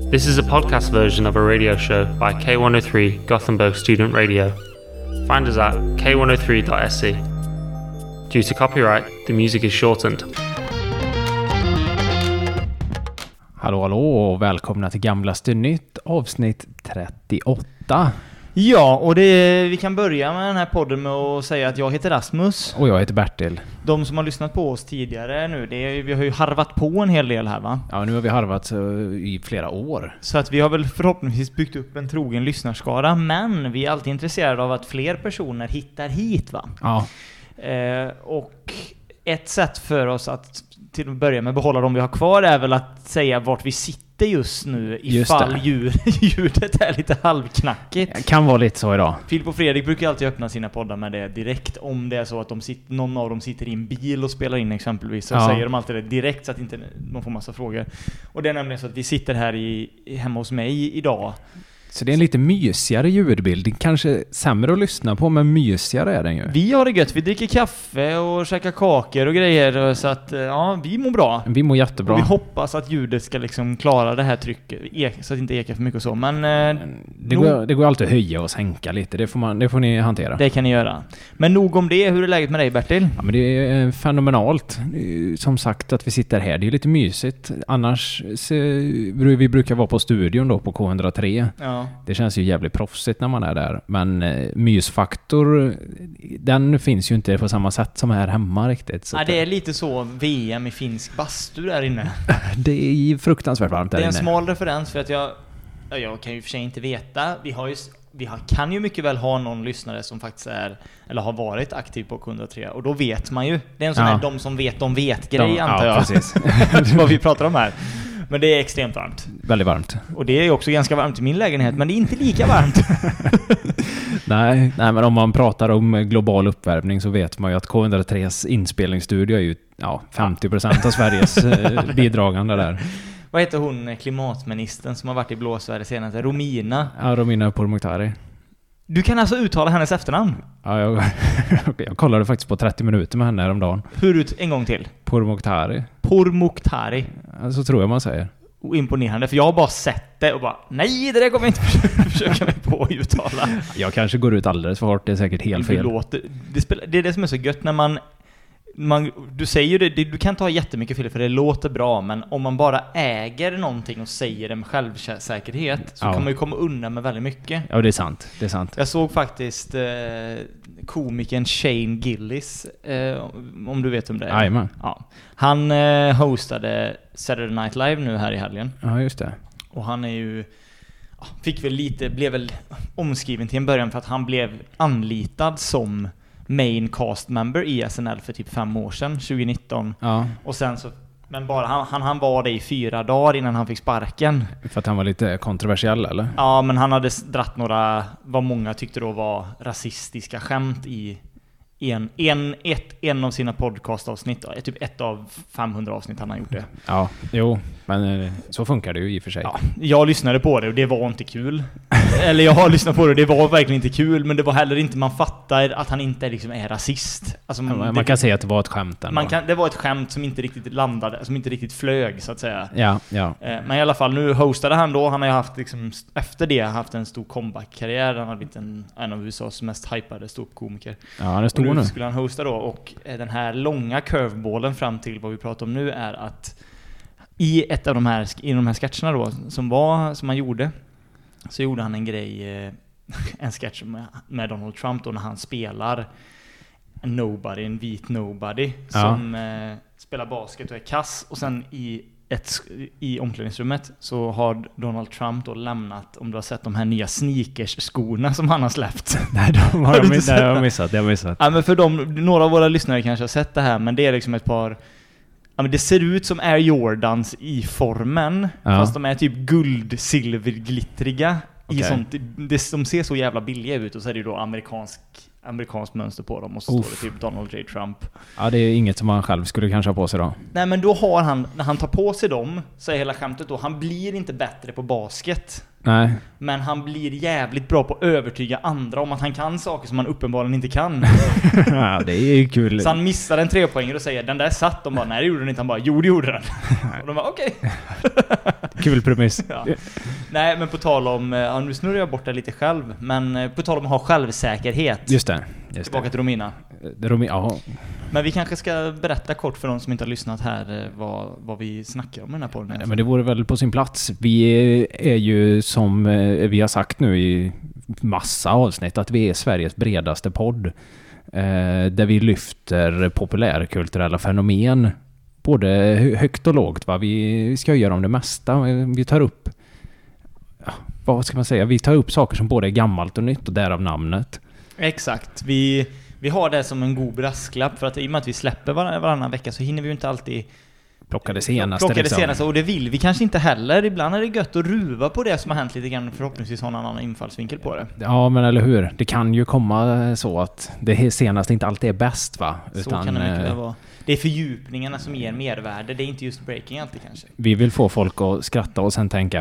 This is a podcast version of a radio show by K103 Gothenburg Student Radio. Find us at k103.se. Due to copyright, the music is shortened. Hallå och välkomna till Gamlaste Nytt, avsnitt 38. Ja, och vi kan börja med den här podden med att säga att jag heter Rasmus. Och jag heter Bertil. De som har lyssnat på oss tidigare nu, vi har ju harvat på en hel del här, va? Ja, nu har vi harvat i flera år. Så att vi har väl förhoppningsvis byggt upp en trogen lyssnarskara, men vi är alltid intresserade av att fler personer hittar hit, va? Ja. Och ett sätt för oss att till att börja med behålla dem vi har kvar är väl att säga vart vi sitter just nu ifall ljudet är lite halvknackigt. Det kan vara lite så idag. Filip och Fredrik brukar alltid öppna sina poddar med det direkt. Om det är så att någon av dem sitter i en bil och spelar in exempelvis, så säger de alltid det direkt så att inte de får massa frågor. Och det är nämligen så att vi sitter här hemma hos mig idag. Så det är en lite mysigare ljudbild. Kanske sämre att lyssna på, men mysigare är den ju. Vi har det gött. Vi dricker kaffe och käkar kakor och grejer. Så att, ja, vi mår bra. Vi mår jättebra. Och vi hoppas att ljudet ska liksom klara det här trycket. Så att det inte ekar för mycket och så. Men det går alltid att höja och sänka lite. Det får ni hantera. Det kan ni göra. Men nog om det. Hur är läget med dig, Bertil? Ja, men det är fenomenalt. Som sagt att vi sitter här. Det är lite mysigt. Annars vi brukar vara på studion då på K103. Ja. Det känns ju jävligt proffsigt när man är där. Men mysfaktor, den finns ju inte på samma sätt som här hemma riktigt. Så det är lite så VM i finsk bastu där inne. Det är fruktansvärt varmt där inne. Det är en smal referens för att jag kan ju för sig inte veta. Kan ju mycket väl ha någon lyssnare som faktiskt är eller har varit aktiv på K103. Och då vet man ju. Det är en sån här de som vet grej antar jag. Precis. Vad vi pratar om här. Men det är extremt varmt. Väldigt varmt. Och det är också ganska varmt i min lägenhet, men det är inte lika varmt. Nej, men om man pratar om global uppvärmning så vet man ju att K103s inspelningsstudio är ju 50% av Sveriges bidragande där. Vad heter hon, klimatministern som har varit i Blåsväder senast? Romina? Ja, Romina Pourmokhtari. Du kan alltså uttala hennes efternamn? Ja, jag kollade faktiskt på 30 minuter med henne häromdagen. En gång till? Pourmokhtari. Pourmokhtari. Så tror jag man säger. Och imponerande, för jag har bara sett det och bara, nej, det där kommer jag inte försöka mig på att uttala. Jag kanske går ut alldeles för hårt, det är säkert helt fel. Det är det som är så gött när man du säger det, du kan ta jättemycket fel för det låter bra, men om man bara äger någonting och säger det med självsäkerhet så kan man ju komma undan med väldigt mycket. Ja, det är sant. Jag såg faktiskt komikern Shane Gillis, om du vet om det är. Jajamän. Ja. Han hostade Saturday Night Live nu här i helgen. Ja, just det. Och han är ju blev väl omskriven till en början för att han blev anlitad som main cast member i SNL för typ 5 år sedan, 2019. Ja. Och sen så, men bara han var det i 4 dagar innan han fick sparken. För att han var lite kontroversiell, eller? Ja, men han hade dratt några, vad många tyckte då var rasistiska skämt i en av sina podcastavsnitt. Typ 1 av 500 avsnitt han har gjort det. Ja, jo, men så funkar det ju i och för sig. Ja, jag lyssnade på det och det var inte kul. Eller jag har lyssnat på det och det var verkligen inte kul, men det var heller inte, man fattar att han inte liksom är rasist. Alltså, man kan säga att det var ett skämt ändå. Det var ett skämt som inte riktigt landade, som inte riktigt flög så att säga. Ja. Men i alla fall, nu hostade han då. Han har ju haft liksom, efter det haft en stor comeback-karriär. Han har blivit en av USAs mest hypade ståuppkomiker. Ja, han är stor nu. Skulle han hosta då, och den här långa curveballen fram till vad vi pratar om nu är att i de här sketcherna då som han gjorde, så gjorde han en grej, en sketch med Donald Trump då, när han spelar en vit nobody som spelar basket och är kass, och sen i omklädningsrummet så har Donald Trump då lämnat, om du har sett de här nya sneakers-skorna som han har släppt. Nej, de har jag missat. Ja, men för några av våra lyssnare kanske har sett det här, men det är liksom ett par, ja, men det ser ut som Air Jordans i formen, fast de är typ guld-silverglittriga. Okay. De ser så jävla billiga ut, och så är det ju då amerikanskt mönster på dem, och så står det typ Donald J. Trump. Ja, det är inget som han själv skulle kanske ha på sig då. Nej, men då har han, när han tar på sig dem, så är hela skämtet då, han blir inte bättre på basket. Nej. Men han blir jävligt bra på att övertyga andra om att han kan saker som han uppenbarligen inte kan. Ja, det är ju kul. Så han missar en 3-poängare och säger, den där satt. De bara, nej det gjorde den inte. Han bara, jo det gjorde den. Och de bara, okej. Kul premiss. Ja. Nej, men på tal om, nu snurrar jag bort det lite själv. Men på tal om att ha självsäkerhet. Just det. Tillbaka till Romina. Ja. Men vi kanske ska berätta kort för de som inte har lyssnat här vad vi snackar om i den här podden. Men det vore väl på sin plats. Vi är ju som vi har sagt nu i massa avsnitt att vi är Sveriges bredaste podd. Där vi lyfter populärkulturella fenomen både högt och lågt. Va? Vi ska göra om det mesta. Vi tar upp, vad ska man säga? Vi tar upp saker som både är gammalt och nytt och därav namnet. Exakt. Vi har det som en god brasklapp för att i och med att vi släpper varannan vecka så hinner vi ju inte alltid plocka det senaste. Och det vill vi kanske inte heller. Ibland är det gött att ruva på det som har hänt lite grann, förhoppningsvis ha en annan infallsvinkel på det. Ja, men eller hur? Det kan ju komma så att det senaste inte alltid är bäst, va? Så kan det mycket vara. Det är fördjupningarna som ger mervärde. Det är inte just breaking alltid kanske. Vi vill få folk att skratta och sen tänka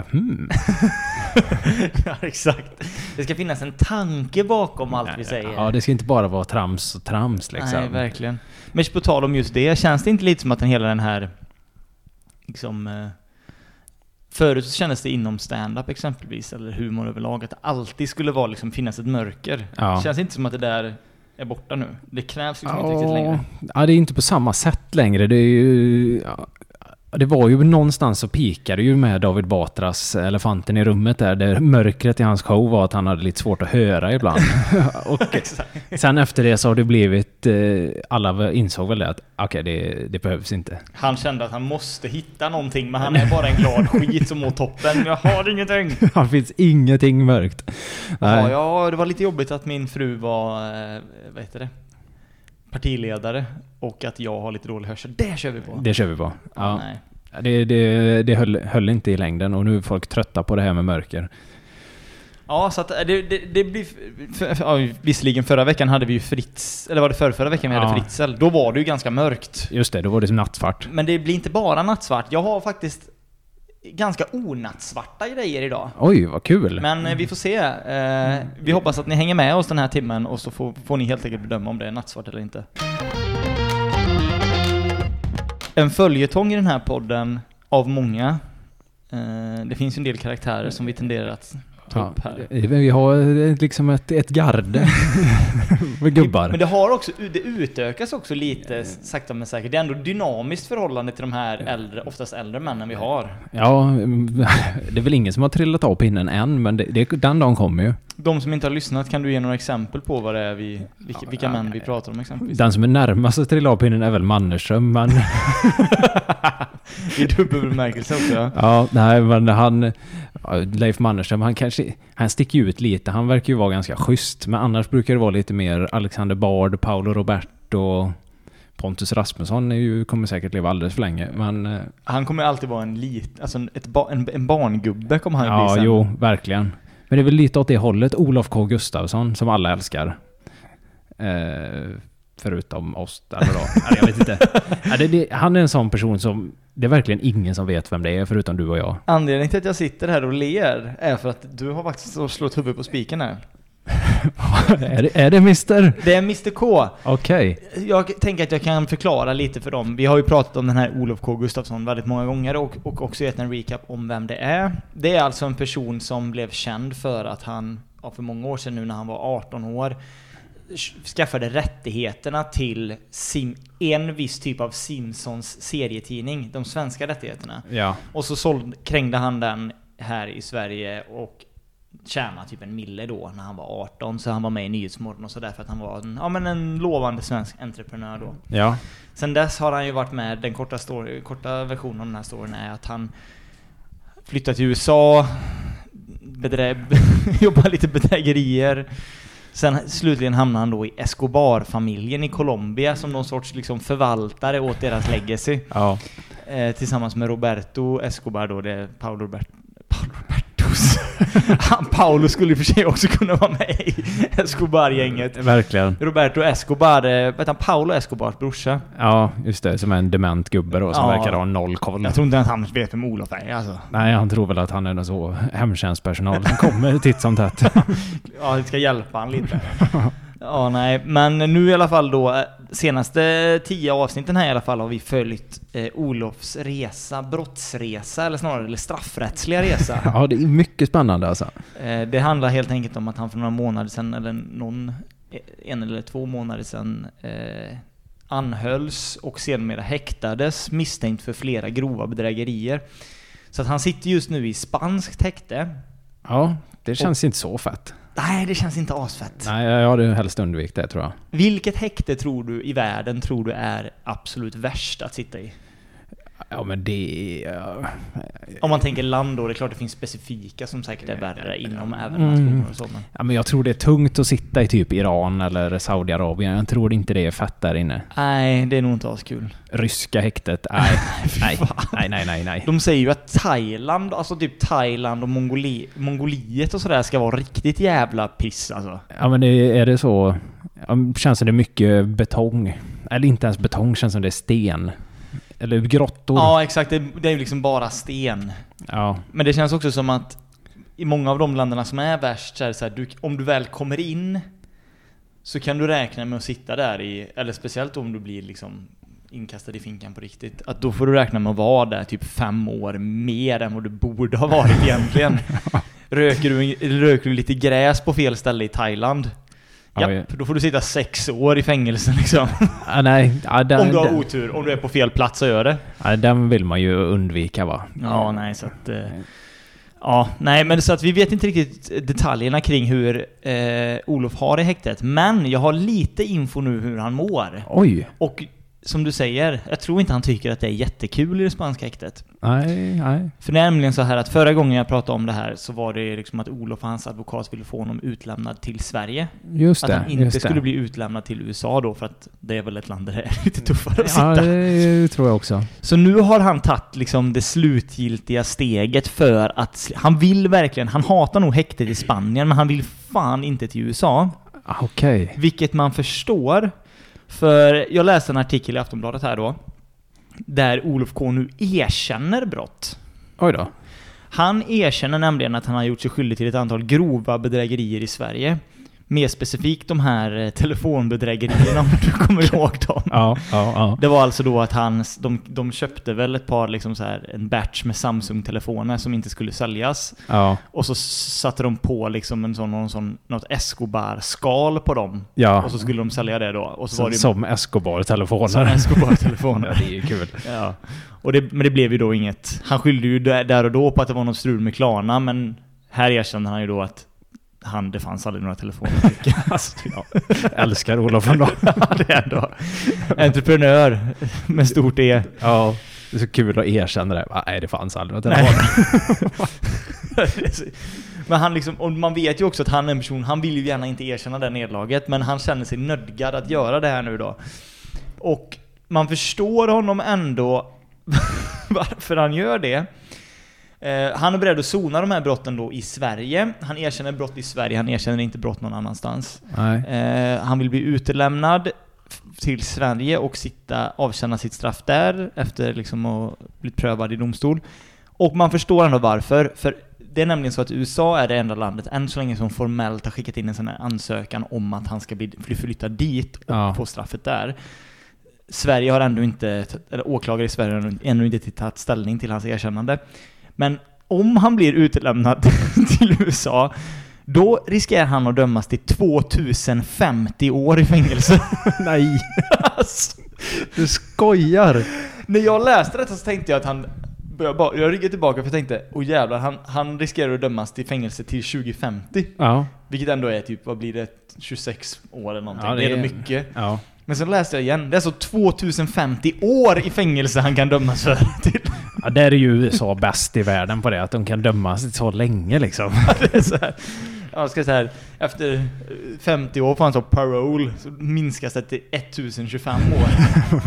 Ja, exakt. Det ska finnas en tanke bakom allt vi säger. Ja, det ska inte bara vara trams och trams liksom. Nej, verkligen. Men på tal om just det, känns det inte lite som att hela den här liksom, förut så kändes det inom stand-up exempelvis eller humor överlag att det alltid skulle vara liksom finnas ett mörker. Ja. Känns inte som att det där är borta nu. Det krävs liksom inte riktigt längre. Ja, det är inte på samma sätt längre. Det är ju det var ju någonstans så pikade ju med David Batras Elefanten i rummet där mörkret i hans show var att han hade lite svårt att höra ibland. Och sen efter det så har det blivit alla insåg väl det att okej, det behövs inte. Han kände att han måste hitta någonting, men han är bara en glad skit som mår toppen. Jag har ingenting. Han finns ingenting mörkt. Nej. Ja, det var lite jobbigt att min fru var vad heter det? Partiledare och att jag har lite dålig hörsel. Det kör vi på. Det kör vi på. Ja. Nej. Det höll inte i längden och nu är folk trötta på det här med mörker. Ja, så att det blir visserligen förra veckan hade vi ju Fritz, eller var det förra veckan vi hade Fritzl. Då var det ju ganska mörkt. Just det, då var det som nattsvart. Men det blir inte bara nattsvart. Jag har faktiskt ganska onattsvarta grejer idag. Oj, vad kul. Men vi får se. Vi hoppas att ni hänger med oss den här timmen och så får ni helt enkelt bedöma om det är nattsvart eller inte. En följetong i den här podden av många. Det finns ju en del karaktärer som vi tenderar att ta upp här. Vi har liksom ett garde med gubbar. Men det utökas också lite sakta men säkert. Det är ändå dynamiskt förhållande till de här oftast äldre männen vi har. Ja, det är väl ingen som har trillat av pinnen än, men den dagen kommer ju. De som inte har lyssnat, kan du ge några exempel på vad det är vilka män vi pratar om exempelvis? Den som är närmast att trilla av pinnen är väl Mannerström, men i dubbelbemärkelse också. Ja, nej, men Leif Mannerström, han sticker ut lite. Han verkar ju vara ganska schysst, men annars brukar det vara lite mer Alexander Bard, Paolo Roberto, Pontus Rasmusson kommer säkert leva alldeles för länge, men han kommer alltid vara en barngubbe kommer han bli sen. Ja, jo, verkligen. Men det är väl lite åt det hållet. Olof K. Gustafsson, som alla älskar. Förutom oss. Eller då. Jag vet inte. Han är en sån person som det är verkligen ingen som vet vem det är förutom du och jag. Anledningen till att jag sitter här och ler är för att du har faktiskt slått huvudet på spiken här. Är det Mr? Det är Mr K. Okej. Jag tänker att jag kan förklara lite för dem. Vi har ju pratat om den här Olof K. Gustafsson väldigt många gånger och också gett en recap om vem det är. Det är alltså en person som blev känd för att han, för många år sedan nu när han var 18 år, skaffade rättigheterna till en viss typ av Simpsons serietidning, de svenska rättigheterna. Ja. Och så krängde han den här i Sverige och tjänade typ 1 mille då när han var 18, så han var med i Nyhetsmorgon och så därför att han var en lovande svensk entreprenör då. Ja. Sen dess har han ju varit med, den korta versionen av den här storyn är att han flyttade till USA, jobbar lite bedrägerier. Sen slutligen hamnar han då i Escobar-familjen i Colombia som någon sorts liksom förvaltare åt deras legacy. Ja. Tillsammans med Roberto Escobar då, det är Paulo Robertos Paolo skulle i och för sig också kunna vara med i Escobar-gänget. Verkligen. Roberto Escobar, vet han, Paolo Escobars brorsa. Ja, just det. Som är en dement gubbe då, som verkar ha noll koll. Jag tror inte att han vet vem Olof är, alltså. Nej, han tror väl att han är någon så hemtjänstpersonal som kommer titt som tätt. Ja, det ska hjälpa han lite. Ja, nej. Men nu i alla fall då, senaste 10 avsnitten här i alla fall har vi följt Olofs resa, brottsresa eller straffrättsliga resa. Ja, det är mycket spännande alltså. Det handlar helt enkelt om att han för några månader sedan, eller en eller 2 månader sedan anhölls och senare häktades misstänkt för flera grova bedrägerier. Så att han sitter just nu i spanskt häkte. Ja, det känns inte så fett. Nej, det känns inte asfett. Nej, jag hade helst undvikit det, tror jag. Vilket häkte tror du i världen tror du är absolut värst att sitta i? Ja, men det är... Om man tänker land då, det är klart det finns specifika som säkert är värre inom även nationer och sådana. Ja, men jag tror det är tungt att sitta i typ Iran eller Saudiarabien. Jag tror inte det är fett där inne. Nej, det är nog inte alls kul. Ryska häktet, nej. De säger ju att Thailand, alltså typ Thailand och Mongoliet och sådär ska vara riktigt jävla piss alltså. Ja, men är det så... Känns som det är mycket betong. Eller inte ens betong, känns som det är sten. Eller grottor. Ja, exakt. Det är ju liksom bara sten. Ja. Men det känns också som att i många av de länderna som är värst så är det så här, om du väl kommer in så kan du räkna med att sitta där i, eller speciellt om du blir liksom inkastad i finkan på riktigt, att då får du räkna med att vara där typ 5 år mer än vad du borde ha varit egentligen. Röker du lite gräs på fel ställe i Thailand, då får du sitta 6 år i fängelse liksom. Nej, om du har otur, om du är på fel plats och gör det. Ja, den vill man ju undvika, va? Ja, nej, så att... Ja, nej, men så att vi vet inte riktigt detaljerna kring hur Olof har i häktet. Men jag har lite info nu hur han mår. Oj! Och som du säger, jag tror inte han tycker att det är jättekul i det spanska häktet. Nej. För det är nämligen så här att förra gången jag pratade om det här så var det liksom att Olof och hans advokat ville få honom utlämnad till Sverige. Just det. Att han inte skulle bli utlämnad till USA då, för att det är väl ett land där det är lite tuffare att sitta. Ja, det tror jag också. Så nu har han tagit liksom det slutgiltiga steget för att han vill verkligen, han hatar nog häktet i Spanien, men han vill fan inte till USA. Okej. Vilket man förstår. För jag läste en artikel i Aftonbladet här då, där Olof K nu erkänner brott. Oj då. Han erkänner nämligen att han har gjort sig skyldig till ett antal grova bedrägerier i Sverige. Mer specifikt de här telefonbedrägerierna, om du kommer ihåg dem. Ja. Det var alltså då att de köpte väl ett par liksom så här, en batch med Samsung-telefoner som inte skulle säljas. Ja. Och så satte de på liksom något Escobar-skal på dem. Ja. Och så skulle de sälja det då. Och så var det som Escobar-telefoner. Som Escobar-telefoner. Ja, det är ju kul. Ja. Men det blev ju då inget. Han skyllde ju där och då på att det var något strul med Klarna, men här erkände han ju då att det fanns aldrig några telefoner. Alltså, ja. Älskar Olof ändå. Det är ändå entreprenör med stort E. Ja, det är så kul att erkänna det. Nej, det fanns aldrig några telefoner. Men han liksom, och man vet ju också att han är en person, han vill ju gärna inte erkänna det nedlaget, men han känner sig nödgad att göra det här nu då. Och man förstår honom ändå varför han gör det. Han är beredd att sona de här brotten då i Sverige. Han erkänner brott i Sverige, han erkänner inte brott någon annanstans. Han vill bli utelämnad till Sverige och avtjäna sitt straff där efter liksom att bli prövad i domstol. Och man förstår ändå varför. För det är nämligen så att USA är det enda landet än så länge som formellt har skickat in en sån här ansökan om att han ska bli flyttad dit och få straffet där. Sverige har ändå inte, eller åklagare i Sverige har ännu inte tagit ställning till hans erkännande. Men om han blir utlämnad till USA, då riskerar han att dömas till 2050 år i fängelse. Nej. Du skojar. När jag läste detta så tänkte jag att jag ryggade tillbaka för jag tänkte, jävlar, han riskerar att dömas till fängelse till 2050. Ja. Vilket ändå är typ, vad blir det, 26 år eller någonting. Ja, det är mycket. Ja. Men så läste jag igen, det är så 2050 år i fängelse han kan dömas för. Ja, där är ju USA bäst i världen på det, att de kan dömas så länge liksom. Det är så här. Jag ska säga, efter 50 år får han så parole, så minskas det till 1025 år.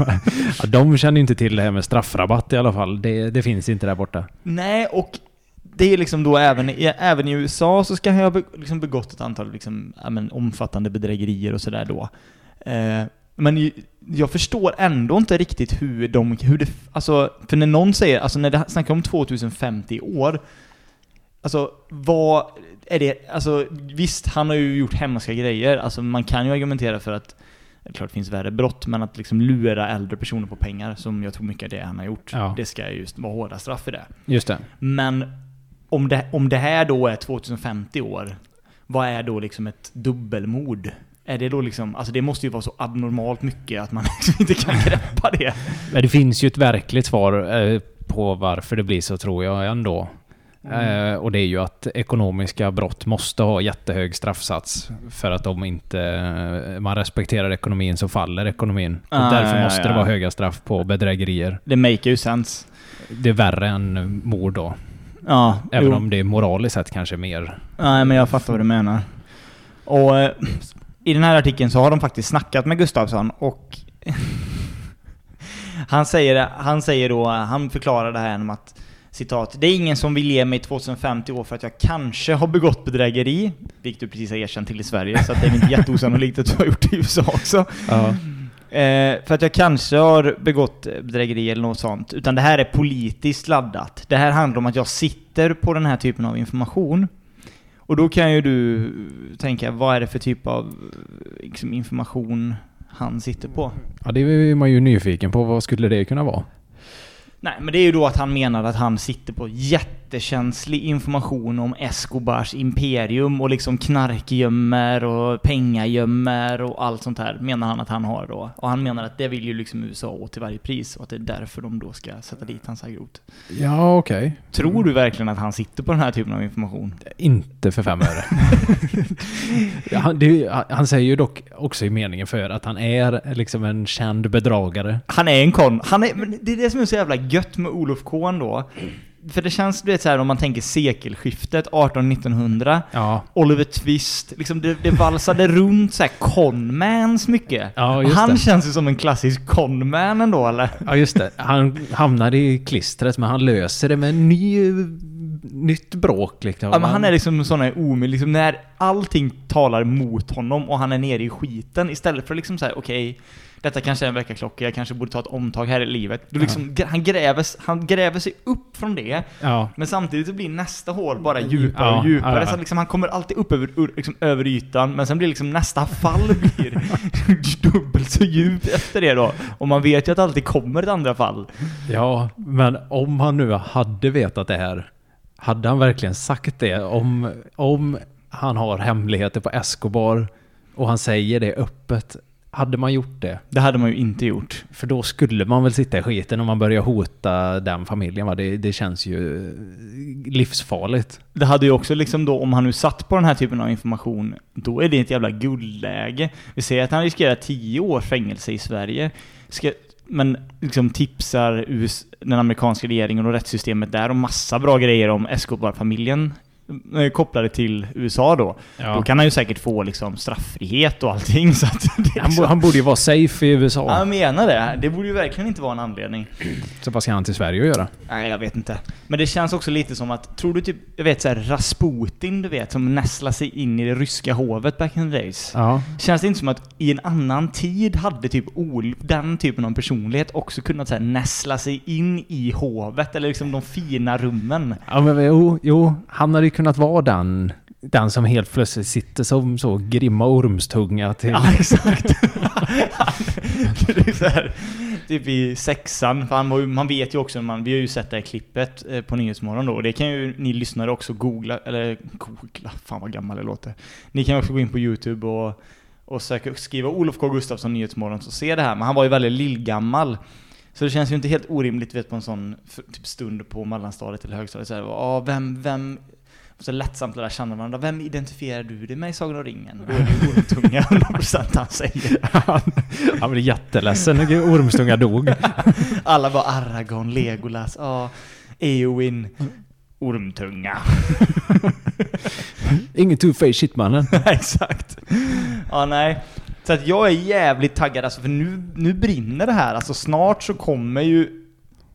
Ja, de känner inte till det här med straffrabatt i alla fall. Det finns inte där borta. Nej, och det är liksom då även i USA så ska han ha liksom begått ett antal liksom, omfattande bedrägerier och sådär då. Men jag förstår ändå inte riktigt hur det, alltså, för när någon säger, alltså när det snackar om 2050 år, alltså vad är det, alltså visst, han har ju gjort hemska grejer, alltså man kan ju argumentera för att det är klart det finns värre brott, men att liksom lura äldre personer på pengar, som jag tror mycket av det han har gjort, det ska just vara hårda straff för det. Just det. Men om det här då är 2050 år, vad är då liksom ett dubbelmord? Är det då liksom, alltså det måste ju vara så abnormalt mycket att man liksom inte kan greppa det. Men det finns ju ett verkligt svar på varför det blir så, tror jag ändå. Och det är ju att ekonomiska brott måste ha jättehög straffsats, för att om inte man respekterar ekonomin så faller ekonomin. Och därför måste det vara höga straff på bedrägerier. Det make ju sense. Det är värre än mord då. Ja, även om det är moraliskt sett kanske mer. Nej, men jag fattar vad du menar. Och i den här artikeln så har de faktiskt snackat med Gustafsson, och han förklarar det här genom att, citat, det är ingen som vill ge mig 2050 år för att jag kanske har begått bedrägeri, vilket du precis har erkänt till i Sverige, så att det är inte jätteosannolikt att du har gjort det i USA också. För att jag kanske har begått bedrägeri eller något sånt, utan det här är politiskt laddat. Det här handlar om att jag sitter på den här typen av information. Och då kan ju du tänka, vad är det för typ av liksom, information han sitter på? Ja, det är man ju nyfiken på. Vad skulle det kunna vara? Nej, men det är ju då att han menar att han sitter på jättekänslig information om Escobars imperium och liksom knarkgömmer och pengagömmer och allt sånt här, menar han att han har då. Och han menar att det vill ju liksom USA åt till varje pris, och att det är därför de då ska sätta dit hans agrot. Ja, okej. Tror du verkligen att han sitter på den här typen av information? Inte för 5 öre. Han säger ju dock också i meningen för att han är liksom en känd bedragare. Han är en det är det som är så jävla gött med Olof Kohn då. För det känns, du vet, så här, om man tänker sekelskiftet 1800-1900, Oliver Twist, liksom det valsade runt så här conmans mycket. Ja, just han det. känns ju som en klassisk conman ändå, eller? Ja, just det. Han hamnar i klistret, men han löser det med en nytt bråk liksom. Ja, men han är liksom sån här omöjlig, liksom när allting talar mot honom och han är nere i skiten, istället för liksom så här, okej, detta kanske är en väckarklocka, jag kanske borde ta ett omtag här i livet. Då liksom, han gräver sig upp från det, men samtidigt så blir nästa hål bara djupare och djupare. Så liksom, han kommer alltid upp över ytan, men sen blir liksom nästa fall blir dubbelt så djupt efter det då. Och man vet ju att det alltid kommer ett andra fall. Ja, men om han nu hade vetat det här, hade han verkligen sagt det? Om han har hemligheter på Escobar och han säger det öppet, hade man gjort det? Det hade man ju inte gjort. För då skulle man väl sitta i skiten om man börjar hota den familjen, va? Det känns ju livsfarligt. Det hade ju också liksom då, om han nu satt på den här typen av information, då är det ett jävla guldläge. Vi säger att han riskerar 10 års fängelse i Sverige. Men liksom tipsar den amerikanska regeringen och rättssystemet där om massa bra grejer om Escobar-familjen kopplade till USA då. Då kan han ju säkert få liksom straffrihet och allting, så att han borde ju vara safe i USA. Ja, jag menar det. Det borde ju verkligen inte vara en anledning. Så vad ska han till Sverige att göra? Nej, jag vet inte. Men det känns också lite som att, tror du typ, jag vet så här, Rasputin, du vet, som nästlar sig in i det ryska hovet back in the days. Känns det inte som att i en annan tid hade typ den typen av personlighet också kunnat så här, nästla sig in i hovet eller liksom de fina rummen? Ja, men jo, han hade ju kunnat vara den som helt plötsligt sitter som så grimma ormstunga till... Ja, exakt. Det är så här, typ i 6:an, för man vet ju också, vi har ju sett det här klippet på Nyhetsmorgon då, och det kan ju ni lyssnare också googla, fan vad gammal det låter. Ni kan också gå in på YouTube och skriva Olof K. Gustafsson Nyhetsmorgon, så ser det här, men han var ju väldigt lillgammal. Så det känns ju inte helt orimligt, vet, på en sån typ stund på mellanstadiet eller högstadiet, så här, vem så lättsamt att lära känna varandra. Vem identifierar du dig med i Sagan och ringen? Då är det ju Ormstunga 100% han säger. Han blev jätteledsen när Ormstunga dog. Alla var Aragorn, Legolas, Eowyn, Ormtunga. Ingen two-face shit, mannen. Exakt. Ja, nej. Så att jag är jävligt taggad, alltså, för nu brinner det här. Alltså snart så kommer ju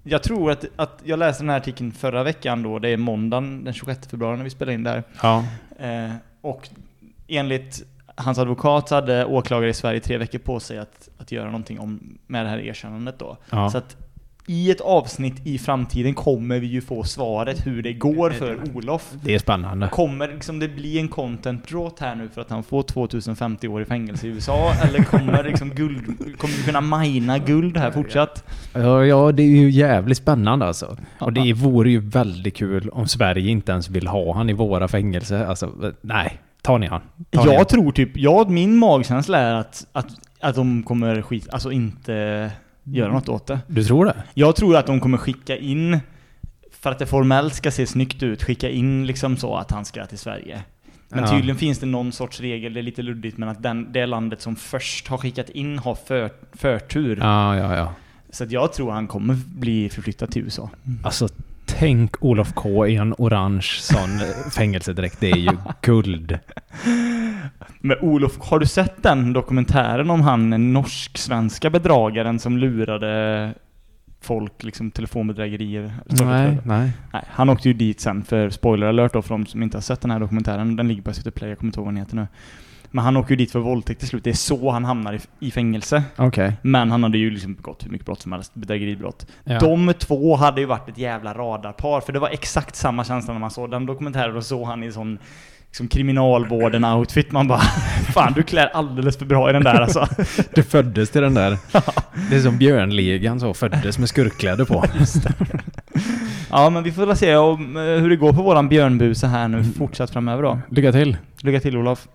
Jag tror att jag läste den här artikeln förra veckan då. Det är måndagen den 26 februari när vi spelar in där. Ja. Och enligt hans advokat så hade åklagare i Sverige 3 veckor på sig att göra någonting med det här erkännandet då. Ja. Så att i ett avsnitt i framtiden kommer vi ju få svaret hur det går för Olof. Det är spännande. Kommer liksom det bli en content drought här nu för att han får 2050 år i fängelse i USA? Eller kommer liksom kommer vi kunna mina guld här fortsatt? Ja, det är ju jävligt spännande alltså. Och det vore ju väldigt kul om Sverige inte ens vill ha han i våra fängelse. Alltså, nej. Ta ni han. Jag tror typ, min magkänsla är att de kommer alltså inte göra något åt det. Du tror det? Jag tror att de kommer skicka in, för att det formellt ska se snyggt ut, skicka in liksom så att han ska till Sverige. Men tydligen finns det någon sorts regel, det är lite luddigt, men att det landet som först har skickat in har förtur. Ja. Så att jag tror han kommer bli förflyttad till USA. Alltså, tänk Olof K i en orange sån fängelsedräkt, det är ju guld. Men Olof, har du sett den dokumentären om han norsk-svenska bedragaren som lurade folk, liksom telefonbedrägerier? Nej. Han åkte ju dit sen, för spoiler alert då, för de som inte har sett den här dokumentären. Den ligger på SVT Play, jag kommer inte ihåg vad den heter nu. Men han åker ju dit för våldtäkt till slut. Det är så han hamnar i fängelse. Okay. Men han hade ju liksom begått hur mycket brott som helst, bedrägeribrott. Ja. De två hade ju varit ett jävla radarpar, för det var exakt samma känsla när man såg den dokumentären och såg han i sån liksom kriminalvården-outfit. Man bara, fan, du klär alldeles för bra i den där alltså. Du föddes till den där. Det är som Björnligan, så föddes med skurkkläder på. Ja, men vi får väl se hur det går på våran björnbuse här nu fortsatt framöver då. Lycka till. Lycka till, Olof.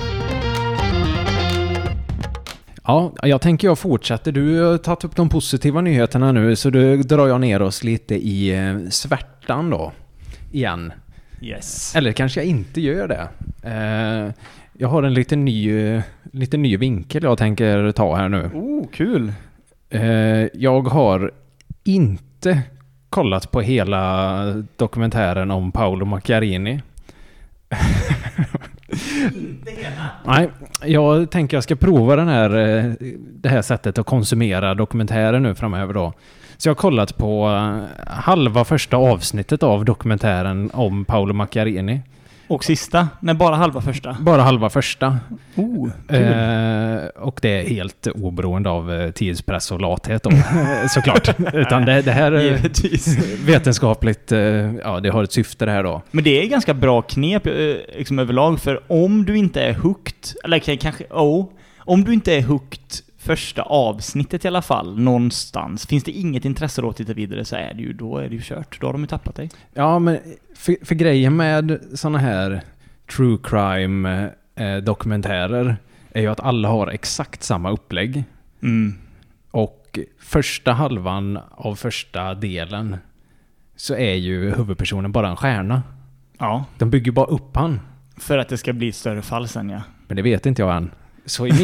Ja, jag tänker jag fortsätter. Du har tagit upp de positiva nyheterna nu, så då drar jag ner oss lite i svärtan då. Igen. Yes. Eller kanske jag inte gör det. Jag har en lite ny vinkel jag tänker ta här nu. Kul. Jag har inte kollat på hela dokumentären om Paolo Macchiarini. Nej, jag tänker jag ska prova det här sättet att konsumera dokumentärer nu framöver då. Så jag har kollat på halva första avsnittet av dokumentären om Paolo Macchiarini. Och sista? Nej, bara halva första. Bara halva första. Kul. Och det är helt oberoende av tidspress och lathet då, såklart. Utan det här är vetenskapligt, det har ett syfte det här då. Men det är ganska bra knep liksom överlag, för om du inte är hooked, eller kanske, om du inte är hooked första avsnittet i alla fall, någonstans, finns det inget intresse då att titta vidare, så är det ju, då är det ju kört. Då har de ju tappat dig. Ja, men för grejen med såna här true crime dokumentärer är ju att alla har exakt samma upplägg. Och första halvan av första delen så är ju huvudpersonen bara en stjärna. Ja. De bygger bara upp han. För att det ska bli större fall sen, ja. Men det vet inte jag än. Så i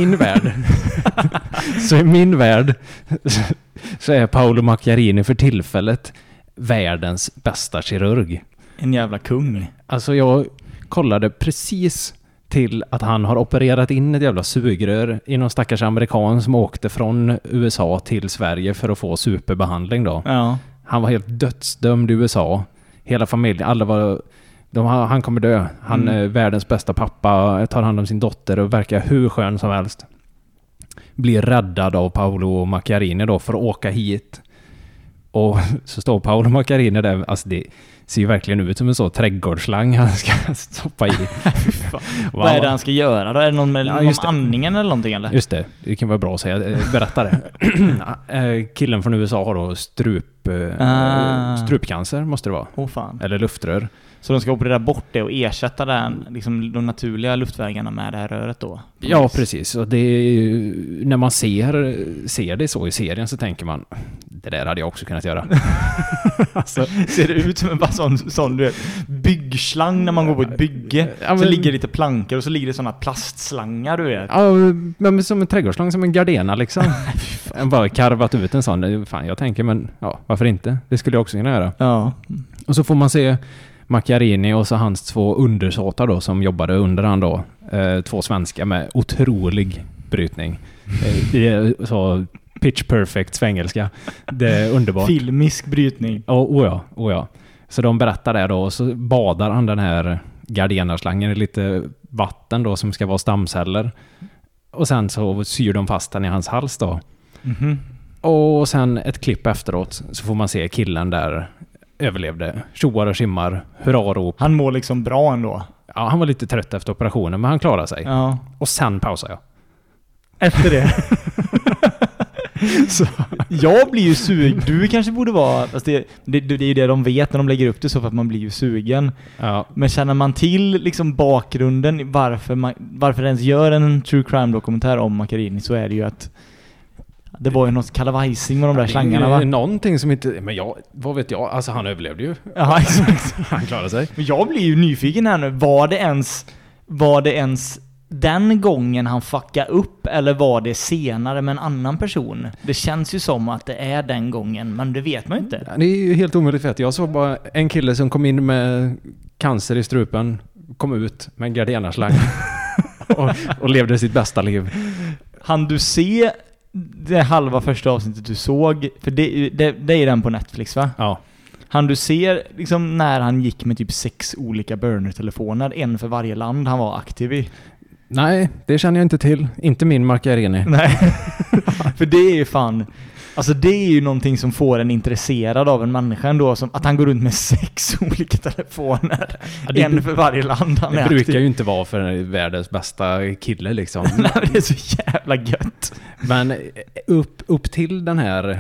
min värld så är Paolo Macchiarini för tillfället världens bästa kirurg. En jävla kung. Alltså jag kollade precis till att han har opererat in ett jävla sugrör i någon stackars amerikan som åkte från USA till Sverige för att få superbehandling då. Ja. Han var helt dödsdömd i USA. Hela familjen, alla var... han kommer dö. Han är världens bästa pappa, tar hand om sin dotter och verkar hur skön som helst. Blir räddad av Paolo Macchiarini då för att åka hit. Och så står Paolo Macchiarini där. Alltså det ser ju verkligen ut som en sån trädgårdsslang han ska stoppa i. Vad är det han ska göra då? Är det någon med andningen eller någonting eller? Just det kan vara bra att säga. Berätta det. Killen från USA har då strupcancer måste det vara. Fan. Eller luftrör. Så de ska operera bort det och ersätta liksom de naturliga luftvägarna med det här röret då? Ja, precis. Och det är ju, när man ser det så i serien så tänker man, det där hade jag också kunnat göra. Alltså, ser det ut som en sån du vet, byggslang när man går på ett bygge? Ja, så ligger lite plankor och så ligger det såna plastslangar, du vet. Ja, men som en trädgårdsslang, som en gardena liksom. Bara karvat ut en sån. Fan, jag tänker, men ja, varför inte? Det skulle jag också kunna göra. Ja. Och så får man se Macchiarini och så hans 2 undersåtar då som jobbade under han då. 2 svenskar med otrolig brytning. Så pitch perfect svengelska. Det är underbart. Filmisk brytning. Oh ja. Så de berättar det då och så badar han den här Gardena-slangen i lite vatten då som ska vara stamceller. Och sen så syr de fast den i hans hals då. Mm-hmm. Och sen ett klipp efteråt så får man se killen där överlevde. Tjoar och skimmar, hurrarop. Han mår liksom bra ändå. Ja, han var lite trött efter operationen men han klarade sig. Ja. Och sen pausar jag. Efter det. Så. Jag blir ju sugen. Du kanske borde vara... Fast det är ju det de vet när de lägger upp det så för att man blir ju sugen. Ja. Men känner man till liksom bakgrunden varför det ens gör en true crime-dokumentär om Macchiarini så är det ju att det var ju något kalabajsing med de där slangarna, va? Någonting som inte... Men vad vet jag? Alltså han överlevde ju. Ja, exakt. Han klarade sig. Men jag blir ju nyfiken här nu. Var det ens den gången han fuckade upp eller var det senare med en annan person? Det känns ju som att det är den gången, men det vet man ju inte. Ja, det är ju helt omöjligt för att jag såg bara en kille som kom in med cancer i strupen, kom ut med en Gardena-slang och levde sitt bästa liv. Han du se det halva första avsnittet du såg? För det är den på Netflix, va? Ja. Han du ser liksom när han gick med typ 6 olika burner-telefoner, en för varje land han var aktiv i. Nej, det känner jag inte till. Inte min Macchiarini. Nej, för det är ju fan... Alltså det är ju någonting som får en intresserad av en människa ändå, som att han går runt med 6 olika telefoner. Ja, en för varje land han är aktiv. Det brukar aktiv. ju inte vara för världens bästa kille liksom. Nej, det är så jävla gött. Men upp till den här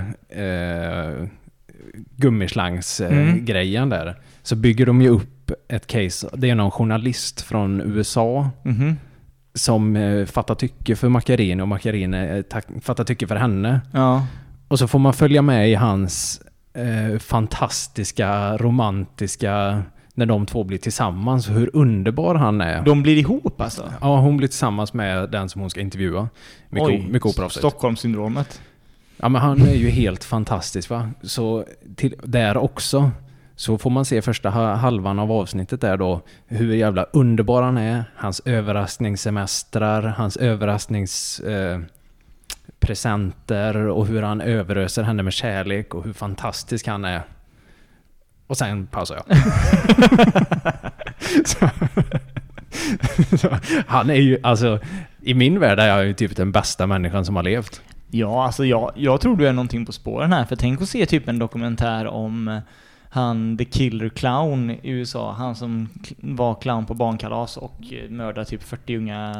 gummislangsgrejen där så bygger de ju upp ett case. Det är någon journalist från USA som fattar tycke för Macchiarini och Macchiarini fattar tycke för henne. Ja. Och så får man följa med i hans fantastiska, romantiska, när de två blir tillsammans, hur underbar han är. De blir ihop alltså? Ja, hon blir tillsammans med den som hon ska intervjua. Mycket oproffsigt. Stockholmssyndromet. Ja, men han är ju helt fantastisk, va? Så där också så får man se första halvan av avsnittet där då hur jävla underbar han är, hans överraskningssemestrar, hans presenter och hur han överöser henne med kärlek och hur fantastisk han är. Och sen pausar jag. så, han är ju, alltså i min värld är jag ju typ den bästa människan som har levt. Ja, alltså jag tror du är någonting på spåren här. För tänk att se typ en dokumentär om han The Killer Clown i USA. Han som var clown på barnkalas och mördade typ 40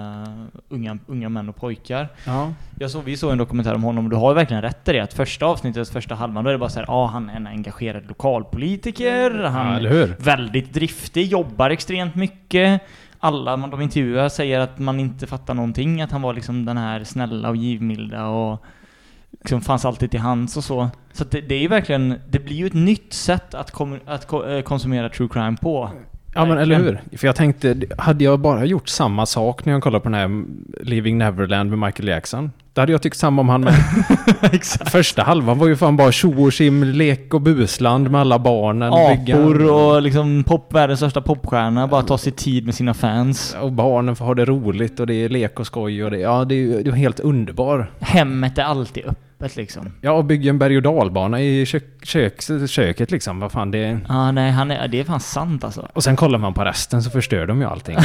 unga män och pojkar. Ja. Vi såg en dokumentär om honom och du har verkligen rätt i det. Att första avsnittet, första halvan, då är det bara så här, han är en engagerad lokalpolitiker. Han är väldigt driftig, jobbar extremt mycket. Alla de intervjuar säger att man inte fattar någonting. Att han var liksom den här snälla och givmilda och liksom fanns alltid till hands och så. Så det är ju verkligen, det blir ju ett nytt sätt att konsumera true crime på. Ja, men eller hur? För jag tänkte, hade jag bara gjort samma sak när jag kollade på den här Leaving Neverland med Michael Jackson, då hade jag tyckt samma om han med. Exakt. Första halvan var ju fan bara tjo och sim, lek och busland med alla barnen. Apor och liksom världens största popstjärna, bara ta sig tid med sina fans. Och barnen får ha det roligt och det är lek och skoj och det är helt underbar. Hemmet är alltid öppet liksom. Ja, och bygga en berg- och dalbana i köket liksom. Vad fan det är. Ja, nej, det är fan sant alltså. Och sen kollar man på resten så förstör de ju allting.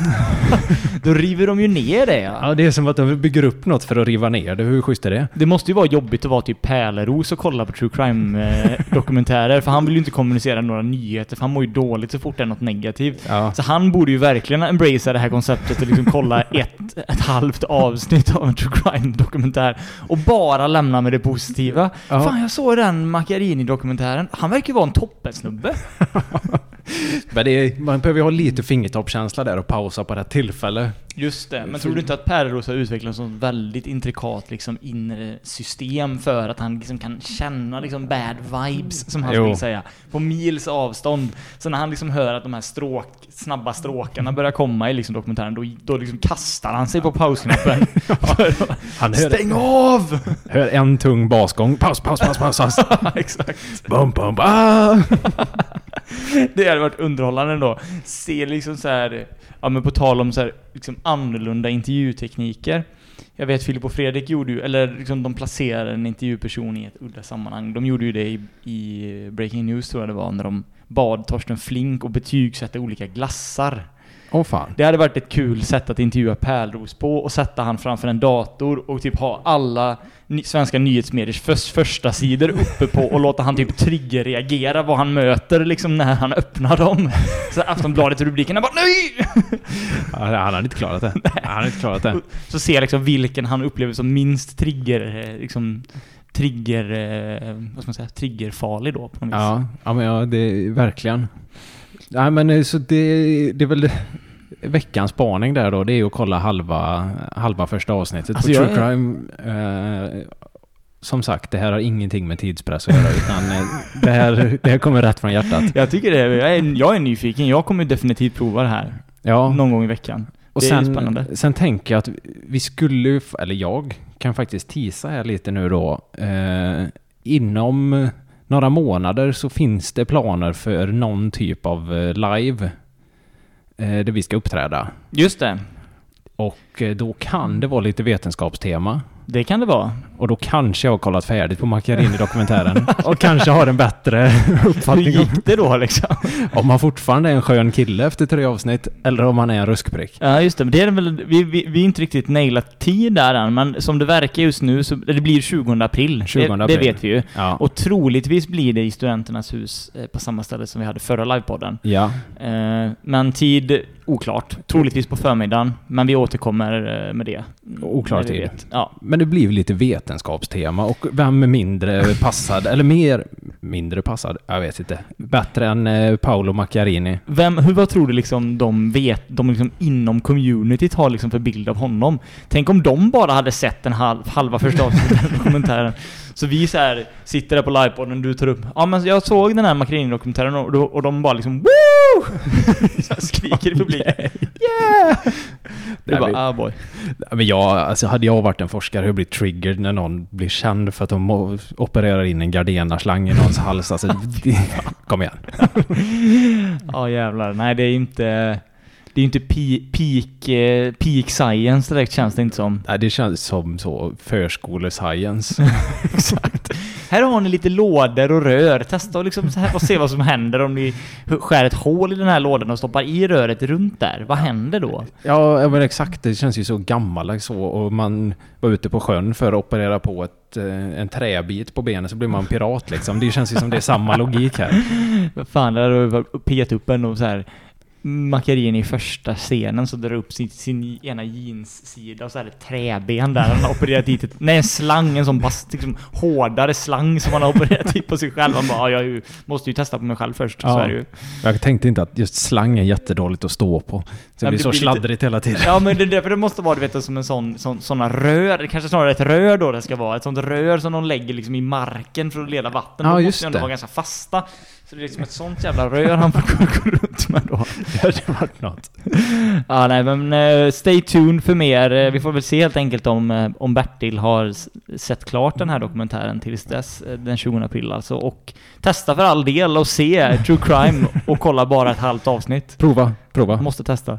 Då river de ju ner det. Ja, det är som att de bygger upp något för att riva ner det. Hur schysst är det? Det måste ju vara jobbigt att vara typ Pärleros och kolla på true crime-dokumentärer. För han vill ju inte kommunicera några nyheter. För han mår ju dåligt så fort det är något negativt. Ja. Så han borde ju verkligen embracea det här konceptet och liksom kolla ett halvt avsnitt av en true crime-dokumentär. Och bara lämna med det positiva. Ja. Fan, jag såg den Macchiarini-dokumentären. Han verkar ju vara en toppensnubbe. Men man behöver ju ha lite fingertoppkänsla där och pausa på det här tillfället. Just det, men tror du inte att Pärleros har utvecklat ett väldigt intrikat liksom inre system för att han liksom kan känna liksom bad vibes, som han skulle säga, på mils avstånd. Så när han liksom hör att de här snabba stråkarna börjar komma i liksom dokumentären, då liksom kastar han sig på pausknappen. Han stäng av! Hör en tung basgång. Paus. Exakt. Bum. Det hade varit underhållande då. Se liksom så här, ja, men på tal om så här liksom annorlunda intervjutekniker. jag vet Filip och Fredrik gjorde ju, eller liksom de placerade en intervjuperson i ett udda sammanhang. De gjorde ju det i Breaking News, tror jag det var, när de bad Torsten Flink och betygsätta olika glassar. Fan. Det hade varit ett kul sätt att intervjua Pärlros på och sätta han framför en dator och typ ha alla svenska nyhetsmediers första sidor uppe på och låta han typ triggerreagera vad han möter liksom när han öppnar dem. Så Aftonbladet rubrikerna bara nej! Han hade inte klarat det. Han hade inte klarat det. Så ser liksom vilken han upplever som minst triggerfarlig då på något vis. Ja, men det är verkligen. Nej, men så det är väl veckans spaning där då, det är att kolla halva första avsnittet på True Crime. Som sagt, det här har ingenting med tidspress att göra, utan det här kommer rätt från hjärtat. Jag tycker jag är nyfiken. Jag kommer definitivt prova det här någon gång i veckan. Och det är spännande. Sen tänker jag att vi skulle, eller jag kan faktiskt teasa här lite nu då. Inom några månader så finns det planer för någon typ av live där vi ska uppträda. Just det. Och då kan det vara lite vetenskapstema. Det kan det vara. Och då kanske jag har kollat färdigt på Macchiarini-dokumentären och kanske har en bättre uppfattning. Hur gick det då liksom? Om man fortfarande är en skön kille efter 3 avsnitt eller om man är en ruskprick. Ja, just det. Men det är väl, vi är inte riktigt nailat tid där än, men som det verkar just nu så det blir 20 april. Det vet vi ju. Ja. Och troligtvis blir det i Studenternas hus på samma ställe som vi hade förra livepodden. Ja. Men tid oklart. Troligtvis på förmiddagen, men vi återkommer med det. Oklart tid. Ja. Men det blir lite vetenskapstema och vem är mindre passad eller mindre passad, jag vet inte. Bättre än Paolo Macchiarini. Vad tror du liksom de liksom inom communityt har liksom för bild av honom? Tänk om de bara hade sett en halva första avsnittet av dokumentären. Så vi så här sitter där på livepodden, du tar upp, men jag såg den här Macchiarini-dokumentären och de bara liksom woo! skriker i publiken. Yeah! Det är bara, boy. Men hade jag varit en forskare hade jag blivit triggered när någon blir känd för att de opererar in en Gardena-slang i någons hals. Alltså, kom igen. Ja, jävlar. Nej, det är inte peak science direkt, känns det inte som. Nej, det känns som så förskolescience. Exakt. Här har ni lite lådor och rör. Testa och liksom så här och se vad som händer om ni skär ett hål i den här lådan och stoppar i röret runt där. Vad händer då? Ja, men exakt. Det känns ju så gammaldags så. Och man var ute på sjön för att operera på en träbit på benet så blir man pirat liksom. Det känns ju som det är samma logik här. Vad fan, där har petat upp en och så här Macchiarini i första scenen så drar upp sin ena jeanssida och så är det träben där han har opererat dit en slang, en sån liksom hårdare slang som han har opererat dit på sig själv. Han bara, jag måste ju testa på mig själv först. Så är det ju. Jag tänkte inte att just slang är jättedåligt att stå på. Så det blir så sladdrigt hela tiden. Ja, men det är därför det måste vara, du vet, som en såna rör, kanske snarare ett rör då det ska vara. Ett sånt rör som de lägger liksom i marken för att leda vatten. Ja, de just måste ju ändå vara ganska fasta. Så det är liksom ett sånt jävla rör han får gå runt med då. Det hade varit något. Ja, nej, men stay tuned för mer. Vi får väl se helt enkelt om Bertil har sett klart den här dokumentären tills dess, den 20 april alltså. Och testa för all del och se True Crime och kolla bara ett halvt avsnitt. Prova. Måste testa.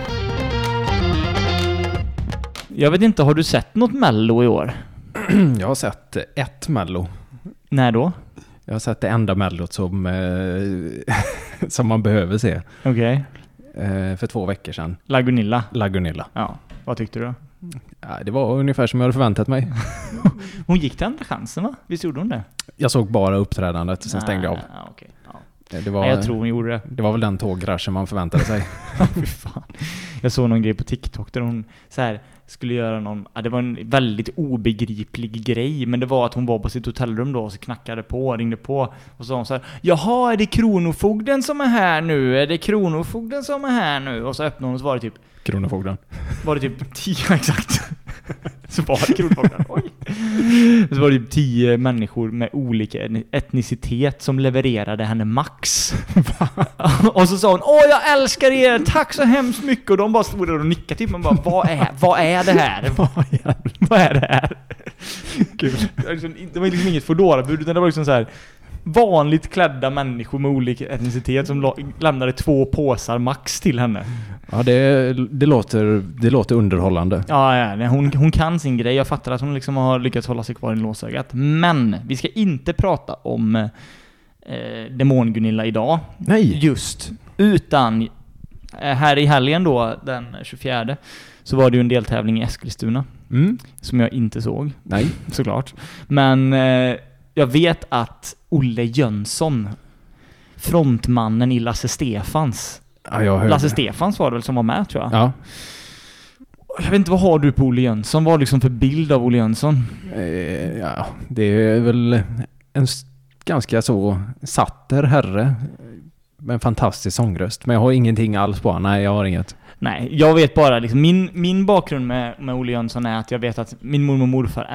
Jag vet inte, har du sett något Mello i år? Jag har sett ett Mello. När då? Jag har sett det enda Mellot som man behöver se. Okej. För 2 veckor sedan. Lagunilla. Ja, vad tyckte du då? Ja, det var ungefär som jag hade förväntat mig. Hon gick till Andra chansen, va? Visst gjorde hon det? Jag såg bara uppträdandet och sen stängde jag av. Ja, okej. Ja. Jag tror hon gjorde det. Det var väl den tågkraschen man förväntade sig. Fy fan. Jag såg någon grej på TikTok där hon så här skulle göra någon, det var en väldigt obegriplig grej, men det var att hon var på sitt hotellrum då och så knackade på och ringde på och så sa hon så här: jaha, är det kronofogden som är här nu? Är det kronofogden som är här nu? Och så öppnade hon och så var det typ kronofogden. Var det typ 10, exakt. Så var det kronofogden. Oj. Så var det typ 10 människor med olika etnicitet som levererade henne max. Och så sa hon: åh, jag älskar er, tack så hemskt mycket. Och de bara stod där och nickade typ. Man bara, vad är det här? Vad är det här? Gud. Det var liksom inget Foodora-bud, utan det var liksom så här vanligt klädda människor med olika etnicitet som lämnade 2 påsar max till henne. Ja, det låter underhållande. Ja, hon kan sin grej. Jag fattar att hon liksom har lyckats hålla sig kvar i låsögat. Men vi ska inte prata om Demon-Gunilla idag. Nej. Just. Utan här i helgen då, den 24, så var det ju en deltävling i Eskilstuna. Som jag inte såg. Nej. Såklart. Men jag vet att Olle Jönsson, frontmannen i Lasse Stefans. Ja, Lasse Stefans var det väl som var med, tror jag. Ja. Jag vet inte, vad har du på Olle Jönsson? Vad liksom för bild av Olle Jönsson? Ja, det är väl en ganska så satter herre med en fantastisk sångröst. Men jag har ingenting alls på. Nej, jag har inget. Nej, jag vet bara liksom, min bakgrund med Olle Jönsson är att jag vet att min mormor och morfar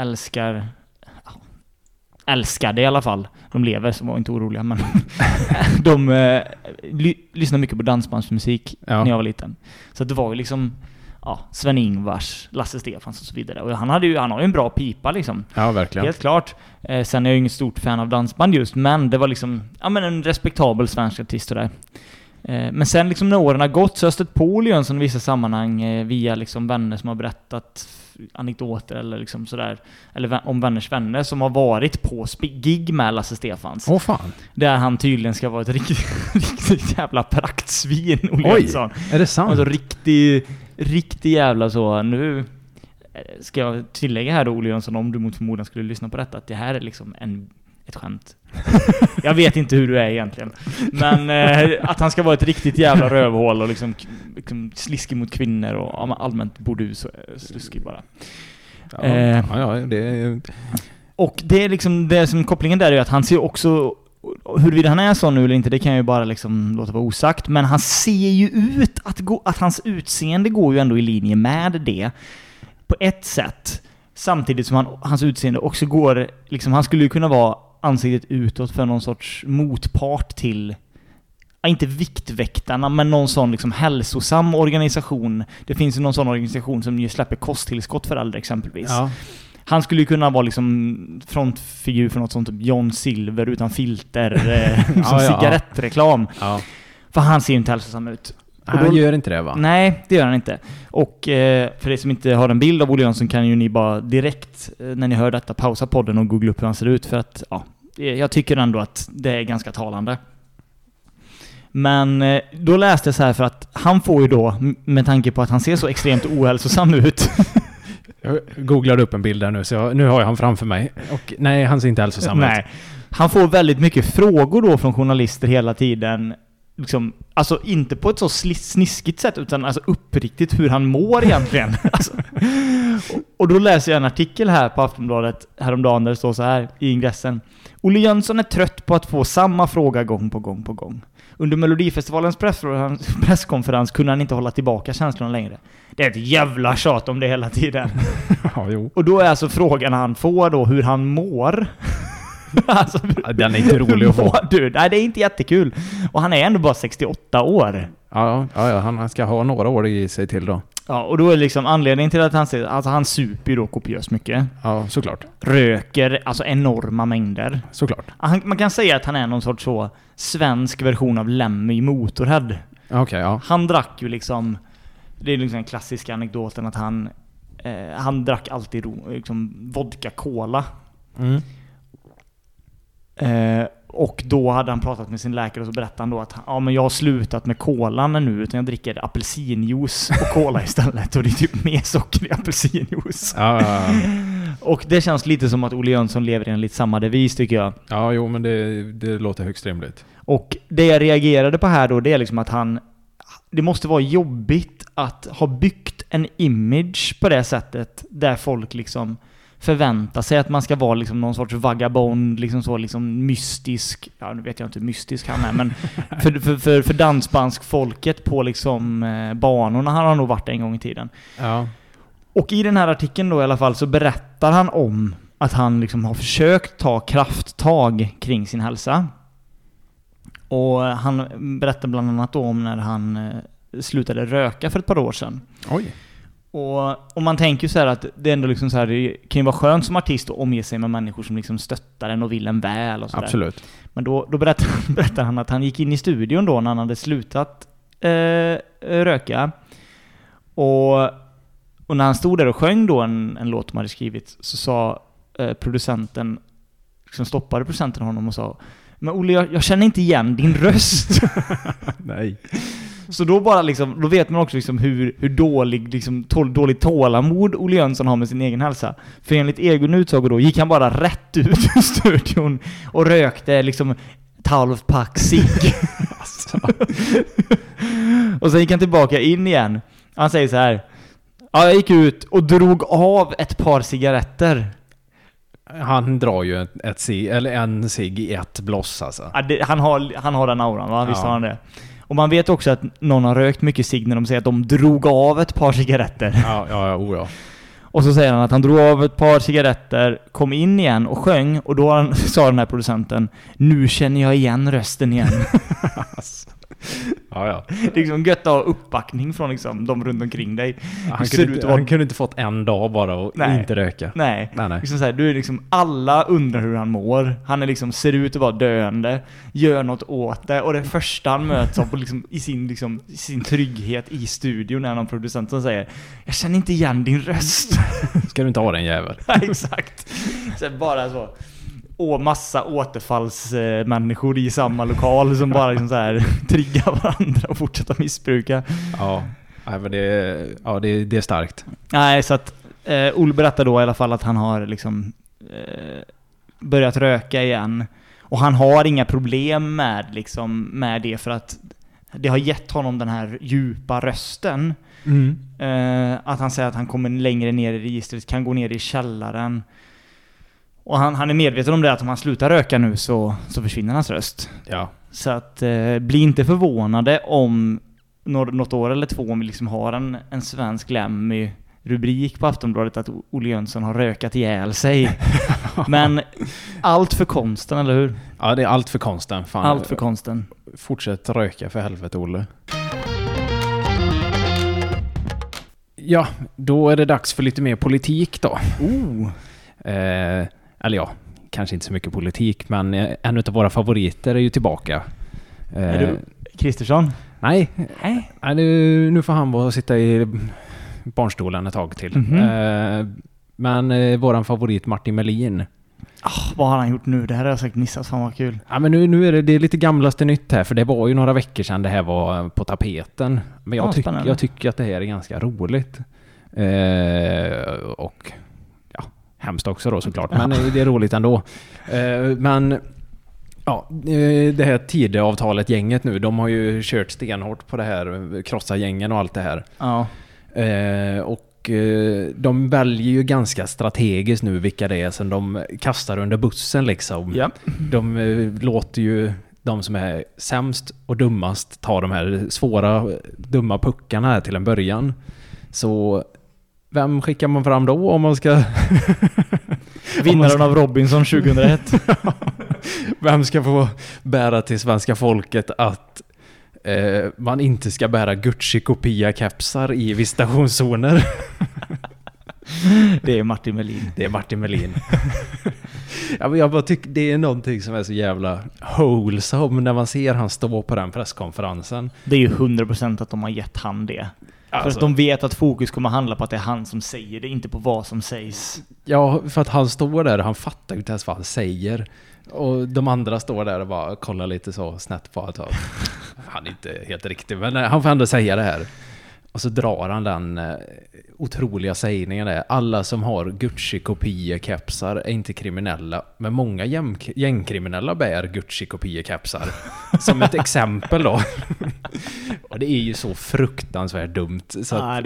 älskade i alla fall. De lever, så var inte oroliga, men de lyssnade mycket på dansbandsmusik när jag var liten. Så det var ju liksom Sven-Ingvars, Lasse Stefans och så vidare. Och han har ju en bra pipa liksom. Ja, verkligen. Helt klart. Sen är jag ju ingen stort fan av dansband just, men det var liksom en respektabel svensk artist och där. Men sen liksom när åren har gått så har jag stött på Olle Jönsson i vissa sammanhang via liksom vänner som har berättat anekdoter eller liksom sådär, eller om vänners vänner som har varit på gig med Lasse Stefans. Fan. Där han tydligen ska vara ett riktigt jävla praktsvin, Olle Jönsson. Är det sant? Alltså riktigt jävla så. Nu ska jag tillägga här då, Olle Jönsson, om du mot förmodan skulle lyssna på detta, att det här är liksom ett skämt. Jag vet inte hur du är egentligen. Men att han ska vara ett riktigt jävla rövhål och liksom sliskig mot kvinnor och allmänt bordus och sluskig bara. Och det är liksom det som kopplingen där är att han ser också, huruvida han är så nu eller inte, det kan jag ju bara liksom låta vara osagt, men han ser ju ut att hans utseende går ju ändå i linje med det på ett sätt, samtidigt som hans utseende också går liksom, han skulle ju kunna vara ansiktet utåt för någon sorts motpart till, inte Viktväktarna, men någon sån liksom hälsosam organisation. Det finns ju någon sån organisation som ju släpper kosttillskott för äldre exempelvis. Ja. Han skulle ju kunna vara liksom frontfigur för något sånt, typ John Silver utan filter, som cigarettreklam. Ja. För han ser ju inte hälsosam ut. Han gör inte det, va? Nej, det gör han inte. Och för er som inte har en bild av Olle Jönsson kan ju ni bara direkt när ni hör detta pausa podden och googla upp hur han ser ut, för att jag tycker ändå att det är ganska talande. Men då läste jag så här, för att han får ju då, med tanke på att han ser så extremt ohälsosam ut. Jag googlade upp en bild där nu, så nu har jag han framför mig. Och nej, han ser inte hälsosam ut. Han får väldigt mycket frågor då från journalister hela tiden. Liksom, alltså inte på ett så sniskigt sätt, utan alltså uppriktigt hur han mår egentligen. Alltså. Och då läser jag en artikel här på Aftonbladet häromdagen där det står så här i ingressen: Olle Jönsson är trött på att få samma fråga gång på gång. Under Melodifestivalens presskonferens kunde han inte hålla tillbaka känslorna längre. Det är ett jävla tjat om det hela tiden. Ja, jo. Och då är alltså frågan han får då hur han mår. Alltså, den är inte rolig att få. Nej, det är inte jättekul. Och han är ändå bara 68 år. Ja, han ska ha några år i sig till då. Ja, och då är liksom anledningen till att han super då kopiöst mycket. Ja, såklart. Röker alltså enorma mängder. Såklart. Man kan säga att han är någon sorts så svensk version av Lemmy i Motorhead. Okej, ja. Han drack ju liksom, det är liksom den klassiska anekdoten att han drack alltid liksom vodka cola. Mm. Och då hade han pratat med sin läkare och så berättade han då att men jag har slutat med kolan nu, utan jag dricker apelsinjuice och cola istället, och det är typ mer socker i apelsinjuice. Ja. Och det känns lite som att Olle Jönsson lever i en lite samma devis, tycker jag. Ja, jo, men det låter högst rimligt. Och det jag reagerade på här då, det är liksom att det måste vara jobbigt att ha byggt en image på det sättet där folk liksom förvänta sig att man ska vara liksom någon sorts vagabond, liksom så liksom mystisk. Ja, nu vet jag inte hur mystisk han är, men för dansbansk folket på liksom banorna har han nog varit en gång i tiden. Ja. Och i den här artikeln då i alla fall så berättar han om att han liksom har försökt ta krafttag kring sin hälsa. Och han berättar bland annat då om när han slutade röka för ett par år sedan. Oj. Och man tänker ju så här att det ändå liksom så här, det kan ju vara skönt som artist att omge sig med människor som liksom stöttar en och vill en väl och så. Absolut. Men då berättar han att han gick in i studion då när han hade slutat röka. Och när han stod där och sjöng då en låt de hade skrivit, så sa producenten, liksom stoppade producenten honom och sa: men Olle, jag känner inte igen din röst. Nej. Så då bara liksom, då vet man också liksom hur dålig liksom dåligt tålamod Olle Jönsson har med sin egen hälsa. För enligt egen utsago då gick han bara rätt ut ur studion och rökte liksom 12 pack cigg. Och sen gick han tillbaka in igen. Han säger så här: ja, jag gick ut och drog av ett par cigaretter. Han drar ju en cigg i ett bloss alltså. Ja, han har den auran, va? Visst har han det. Och man vet också att någon har rökt mycket cigg när de säger att de drog av ett par cigaretter. Ja. Och så säger han att han drog av ett par cigaretter, kom in igen och sjöng. Och då sa den här producenten: nu känner jag igen rösten igen. Ja. Det är liksom gött att ha uppbackning från liksom de runt omkring dig. Han kunde inte fått en dag bara och inte röka. Nej. Liksom så här, du är liksom, alla undrar hur han mår. Han är liksom, ser ut att vara döende, gör något åt det. Och det första han möts av liksom, i sin trygghet i studion är någon producent som säger: jag känner inte igen din röst. Ska du inte ha den jävel? Exakt. Så bara så. Och massa återfallsmänniskor i samma lokal som bara liksom så här triggar varandra och fortsätter missbruka. Ja, men det är starkt. Nej, så att Olle berättar då i alla fall att han har liksom börjat röka igen. Och han har inga problem med det, för att det har gett honom den här djupa rösten. Att han säger att han kommer längre ner i registret, kan gå ner i källaren. Och han är medveten om det, att om han slutar röka nu så försvinner hans röst. Ja. Så att bli inte förvånade om något år eller två om vi liksom har en svensk Lemmy-rubrik på Aftonbladet att Olle Jönsson har rökat ihjäl sig. Men allt för konsten, eller hur? Ja, det är allt för konsten. Fan. Allt för konsten. Fortsätt röka för helvete, Olle. Ja, då är det dags för lite mer politik då. Eller ja, kanske inte så mycket politik, men en av våra favoriter är ju tillbaka. Är du Kristersson? Nej, nu får han sitta i barnstolen ett tag till. Men våran favorit Martin Melin. Vad har han gjort nu? Det här har jag sagt missat, fan vad kul. Ja, men nu är det lite gamlaste nytt här, för det var ju några veckor sedan det här var på tapeten. Men jag tycker att det här är ganska roligt. Och hemskt också då såklart, men det är roligt ändå. Men ja, det här Tidöavtalet gänget nu, de har ju kört stenhårt på det här, krossa gängen och allt det här. Ja. Och de väljer ju ganska strategiskt nu vilka det är som de kastar under bussen liksom. Ja. De låter ju de som är sämst och dummast ta de här svåra, dumma puckarna här till en början. Så vem skickar man fram då om man ska... Vinnaren av Robinson 2001. Vem ska få bära till svenska folket att man inte ska bära Gucci-kopia-kepsar i visitationszoner? Det är Martin Melin. Det är Martin Melin. Jag bara tycker det är någonting som är så jävla wholesome när man ser han stå på den presskonferensen. Det är ju 100% att de har gett han det. Alltså, för att de vet att fokus kommer handla på att det är han som säger det, inte på vad som sägs. Ja, för att han står där och han fattar inte ens vad han säger. Och de andra står där och bara kollar lite så snett på att han är inte helt riktig, men han får ändå säga det här. Och så drar han den otroliga sägningen där: alla som har Gucci-kopia-kepsar är inte kriminella, men många gängkriminella bär Gucci-kopia-kepsar. Som ett exempel då. Och det är ju så fruktansvärt dumt. Så att...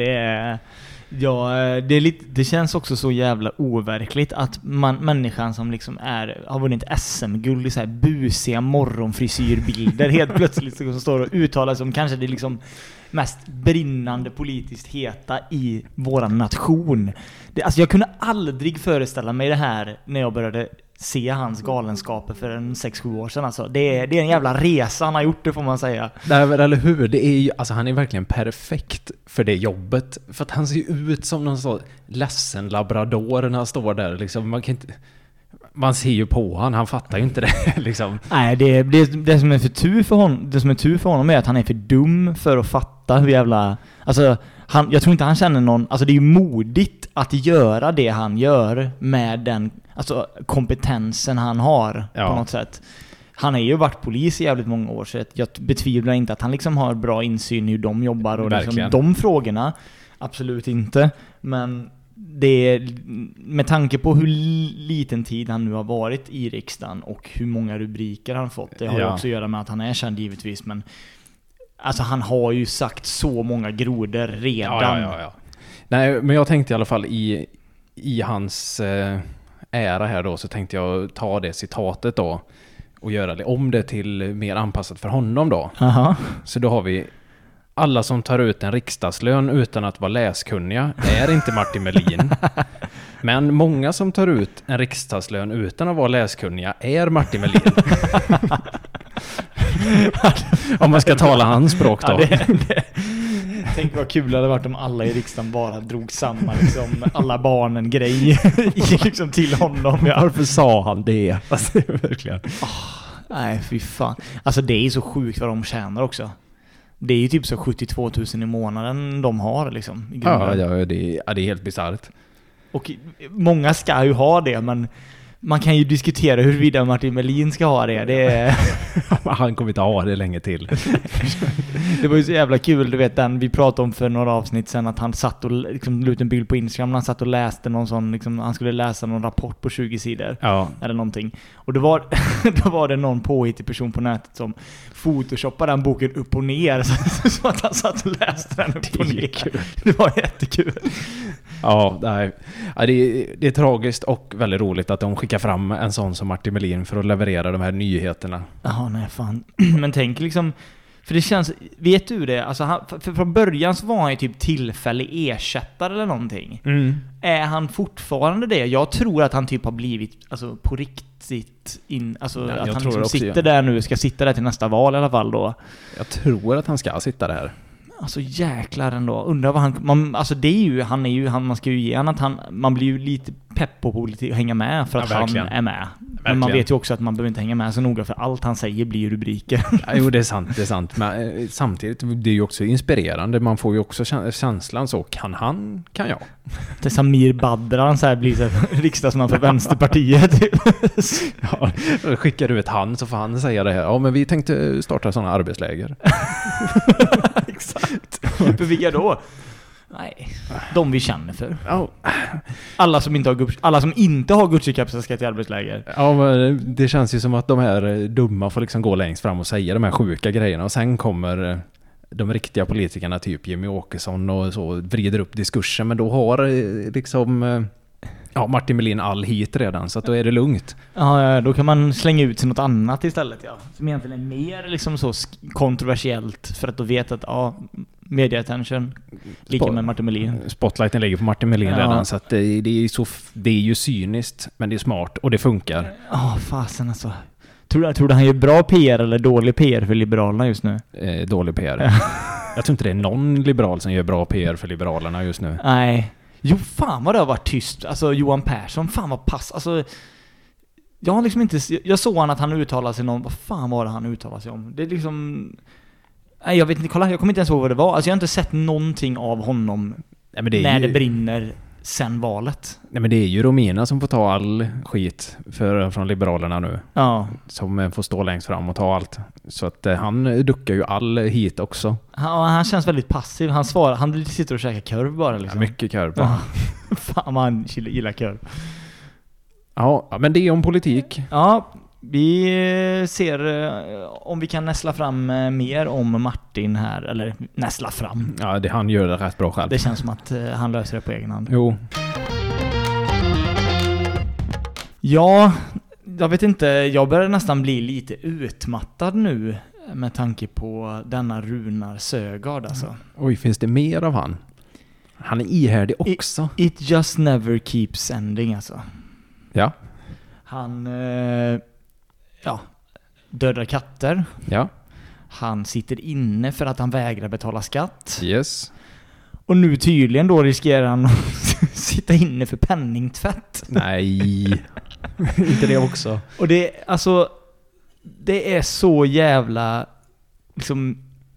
det känns också så jävla overkligt att människan som liksom har vunnit SM-guld i så här busiga morgonfrisyrbilder helt plötsligt så står och uttalar som kanske det liksom mest brinnande politiskt heta i våran nation. Alltså jag kunde aldrig föreställa mig det här när jag började se hans galenskaper för 6-7 år sedan. Alltså. Det är en jävla resa han har gjort, det får man säga. Nej, eller hur? Det är ju, alltså, han är verkligen perfekt för det jobbet. För att han ser ut som någon så ledsen labrador när han står där. Liksom, man ser ju på han fattar ju inte det. Liksom. Nej, det som är för tur för honom, det som är tur för honom är att han är för dum för att fatta hur jävla... Alltså, jag tror inte han känner någon... Alltså det är ju modigt att göra det han gör med den kompetensen han har på något sätt. Han har ju varit polis i jävligt många år, så jag betvivlar inte att han liksom har bra insyn i hur de jobbar och liksom de frågorna. Absolut inte. Men det är, med tanke på hur liten tid han nu har varit i riksdagen och hur många rubriker han fått, det har ju också att göra med att han är känd givetvis, men alltså han har ju sagt så många grodor redan. Ja. Nej, men jag tänkte i alla fall i hans ära här då, så tänkte jag ta det citatet då och göra det om det till mer anpassat för honom då. Aha. Så då har vi: alla som tar ut en riksdagslön utan att vara läskunniga är inte Martin Melin. Men många som tar ut en riksdagslön utan att vara läskunniga är Martin Melin. Om man ska tala hans språk då. Tänk vad kul det hade varit om alla i riksdagen bara drog samma liksom, alla barnen grej liksom, till honom. Varför sa han det? Alltså, verkligen. Nej, fy fan. Alltså det är så sjukt vad de tjänar också. Det är ju typ så 72 000 i månaden de har liksom. I det är helt bizarrt. Och många ska ju ha det, men man kan ju diskutera huruvida Martin Melin ska ha det. Han kommer inte ha det länge till. Det var ju så jävla kul, du vet den vi pratade om för några avsnitt sen, att han satt och liksom, la ut en bild på Instagram, han satt och läste någon sån, liksom, han skulle läsa någon rapport på 20 sidor eller någonting. Och då var det någon påhittig person på nätet som photoshopade den boken upp och ner så att han satt och läste den upp och ner. Det var jättekul. Ja, det är tragiskt och väldigt roligt att de skickar fram en sån som Martin Melin för att leverera de här nyheterna. Ja, nej fan. Men tänk liksom, för det känns, vet du det? Alltså för från början så var han ju typ tillfällig ersättare eller någonting. Mm. Är han fortfarande det? Jag tror att han typ har blivit alltså på riktigt att han liksom sitter där nu, ska sitta där till nästa val i alla fall då. Jag tror att han ska sitta där. Alltså jäklar ändå. Undrar vad alltså det är ju, man ska ju ge han att man blir ju lite pepp på att hänga med för att han är med. Men man vet ju också att man behöver inte hänga med så noga, för allt han säger blir rubriker. Ja, jo, det är sant. Men samtidigt, det är ju också inspirerande. Man får ju också känslan så, kan jag. Det är Samir Badran så här blir så här, riksdagsman för Vänsterpartiet. Ja, skickar du ett han så får han säga det här. Ja, men vi tänkte starta sådana arbetsläger. Exakt. För vilka då? Nej, de vi känner för. Alla som inte har Gucci-kapsar ska till arbetsläger. Ja, men det känns ju som att de här dumma får liksom gå längst fram och säga de här sjuka grejerna, och sen kommer de riktiga politikerna typ Jimmy Åkesson och så vrider upp diskursen, men då har liksom Martin Melin all hit redan, så att då är det lugnt. Ja, då kan man slänga ut sig något annat istället, som egentligen är mer liksom så kontroversiellt, för att då vet att media attention lika med Martin Melin. Spotlighten ligger på Martin Melin redan, så att det är ju cyniskt, men det är smart och det funkar. Fasen alltså. Tror du han gör bra PR eller dålig PR för Liberalerna just nu? Dålig PR. Jag tror inte det är någon liberal som gör bra PR för Liberalerna just nu. Nej. Jo, fan vad det har varit tyst. Alltså Johan Persson, fan vad pass. Alltså, jag har liksom inte... Jag såg att han uttalade sig om... Vad fan var det han uttalade sig om? Det är liksom... Nej, jag vet inte. Kolla, jag kommer inte ens ihåg vad det var. Alltså jag har inte sett någonting av honom när det brinner sen valet. Nej, men det är ju Romina som får ta all skit från Liberalerna nu. Ja. Som får stå längst fram och ta allt. Så att han duckar ju all hit också. Han känns väldigt passiv. Han svarar, han sitter och käkar korv bara liksom. Ja, mycket korv bara. Fan, man gillar korv. Ja, men det är om politik. Ja, vi ser om vi kan näsla fram mer om Martin här. Eller näsla fram. Ja, han gör det rätt bra själv. Det känns som att han löser det på egen hand. Jo. Ja, jag vet inte. Jag börjar nästan bli lite utmattad nu med tanke på denna Runar Sögaard alltså. Oj, finns det mer av han? Han är ihärdig också. It just never keeps ending alltså. Ja. Han dödar katter. Ja. Han sitter inne för att han vägrar betala skatt. Yes. Och nu tydligen då riskerar han att sitta inne för penningtvätt. Nej. Inte det också. Och det är så jävla liksom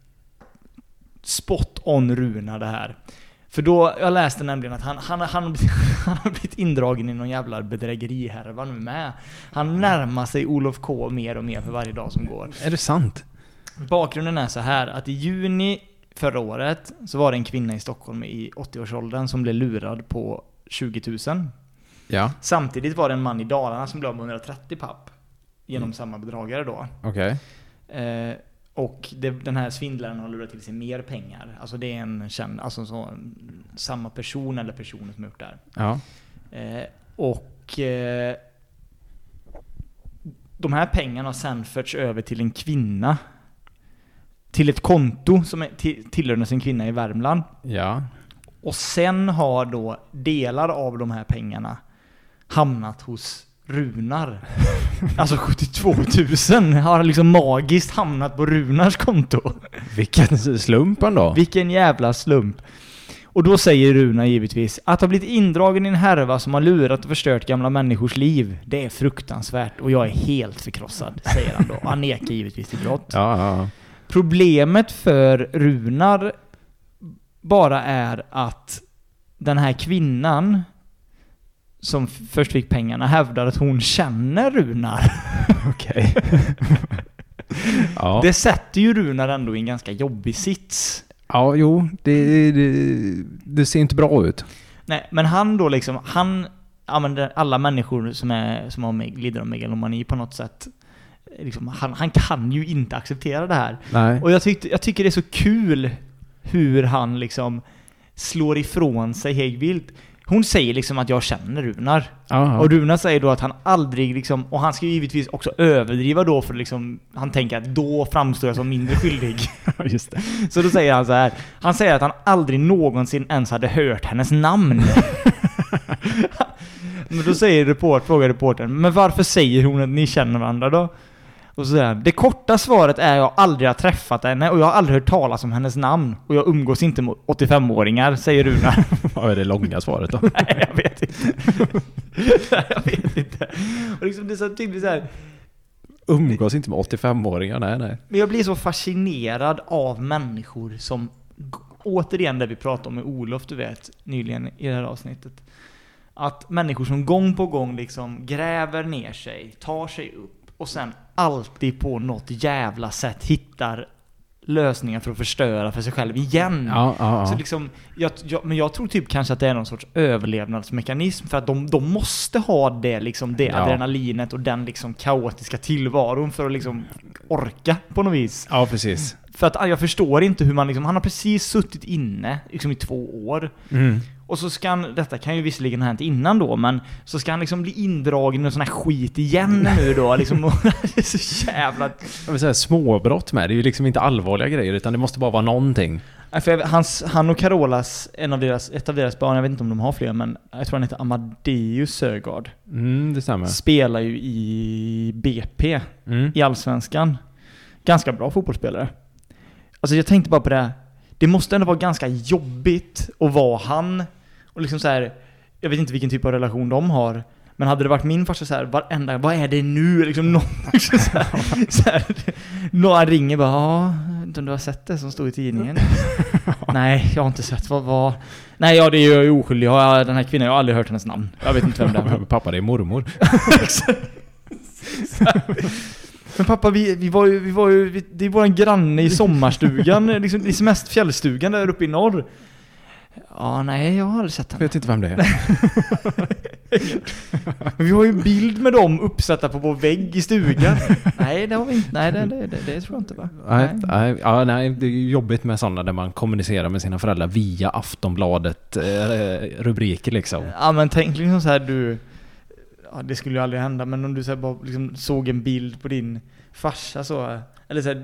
spot on Runar det här. För då, jag läste nämligen att han har blivit indragen i någon jävla bedrägerihärva nu med. Han närmar sig Olof K mer och mer för varje dag som går. Är det sant? Bakgrunden är så här att i juni förra året så var det en kvinna i Stockholm i 80-årsåldern som blev lurad på 20 000. Ja. Samtidigt var det en man i Dalarna som blev av med 130 papp genom samma bedragare då. Okej. Och den här svindlaren har lurat till sig mer pengar. Alltså det är en känd, alltså samma person eller personer som har gjort det här. Ja. De här pengarna har sen förts över till en kvinna. Till ett konto som tillhörde en kvinna i Värmland. Ja. Och sen har då delar av de här pengarna hamnat hos Runar. Alltså 72 000 har liksom magiskt hamnat på Runars konto. Vilken slump ändå. Vilken jävla slump. Och då säger Runar givetvis att ha blivit indragen i en härva som har lurat och förstört gamla människors liv, det är fruktansvärt och jag är helt förkrossad, säger han då. Han nekar givetvis till brott. Ja. Problemet för Runar bara är att den här kvinnan som först fick pengarna hävdar att hon känner Runar. Okej. Ja. Det sätter ju Runar ändå i en ganska jobbig sits. Ja, jo. Det ser inte bra ut. Nej, men han då liksom, han använder alla människor som lider av megalomani på något sätt. Liksom, han kan ju inte acceptera det här. Nej. Och jag tycker det är så kul hur han liksom slår ifrån sig hejvilt. Hon säger liksom att jag känner Runar. Aha. Och Runar säger då att han aldrig liksom, och han ska ju givetvis också överdriva då för liksom, han tänker att då framstår jag som mindre skyldig. Just det. Så då säger han så här, han säger att han aldrig någonsin ens hade hört hennes namn. Men då frågar reportern, men varför säger hon att ni känner varandra då? Och så säger han, det korta svaret är jag aldrig har träffat henne och jag har aldrig hört talas om hennes namn. Och jag umgås inte med 85-åringar, säger Runar. Vad är det långa svaret då? Nej, jag vet inte. Och liksom det är så tydligt så här. Umgås inte med 85-åringar, nej. Men jag blir så fascinerad av människor som, återigen det vi pratade om med Olof, du vet, nyligen i det här avsnittet. Att människor som gång på gång liksom gräver ner sig, tar sig upp och sen alltid på något jävla sätt hittar lösningar för att förstöra för sig själv igen. Ja. Så liksom, men jag tror typ kanske att det är någon sorts överlevnadsmekanism för att de måste ha det liksom, det adrenalinet och den liksom kaotiska tillvaron för att liksom orka på något vis. Ja, precis. För att jag förstår inte hur man liksom, han har precis suttit inne liksom i 2 år. Mm. Och så ska han, detta kan ju visserligen ha hänt innan då, men så ska han liksom bli indragen i sån här skit igen nu då. Liksom, det är så jävla... Jag vill säga småbrott med, det är ju liksom inte allvarliga grejer utan det måste bara vara någonting. För han och Carolas, ett av deras barn, jag vet inte om de har fler, men jag tror han heter Amadeus Sörgård. Det stämmer. Spelar ju i BP, i Allsvenskan. Ganska bra fotbollsspelare. Alltså jag tänkte bara på det. Det måste ändå vara ganska jobbigt att vara han. Och liksom så här, jag vet inte vilken typ av relation de har. Men hade det varit min farsa så här, varenda, vad är det nu? Liksom någon, liksom så här, någon ringer bara, ja, inte om du har sett det som stod i tidningen. Nej, jag har inte sett vad. Nej, det är ju oskyldig. Den här kvinnan, jag har aldrig hört hennes namn. Jag vet inte vem det är. Pappa, det är mormor. Men pappa, vi var ju det är våran granne i sommarstugan, liksom i mest fjällstugan där uppe i norr. Ja, nej, jag har aldrig sett henne. Jag vet inte vem det är. Men vi har ju en bild med dem uppsatta på vår vägg i stugan. Nej, det har vi inte. Nej, det tror jag inte, va? Nej, det är ju jobbigt med sådana där man kommunicerar med sina föräldrar via Aftonbladet rubriker liksom. Ja, men tänk liksom så här, det skulle ju aldrig hända, men om du så här bara liksom såg en bild på din farsa så, eller så här,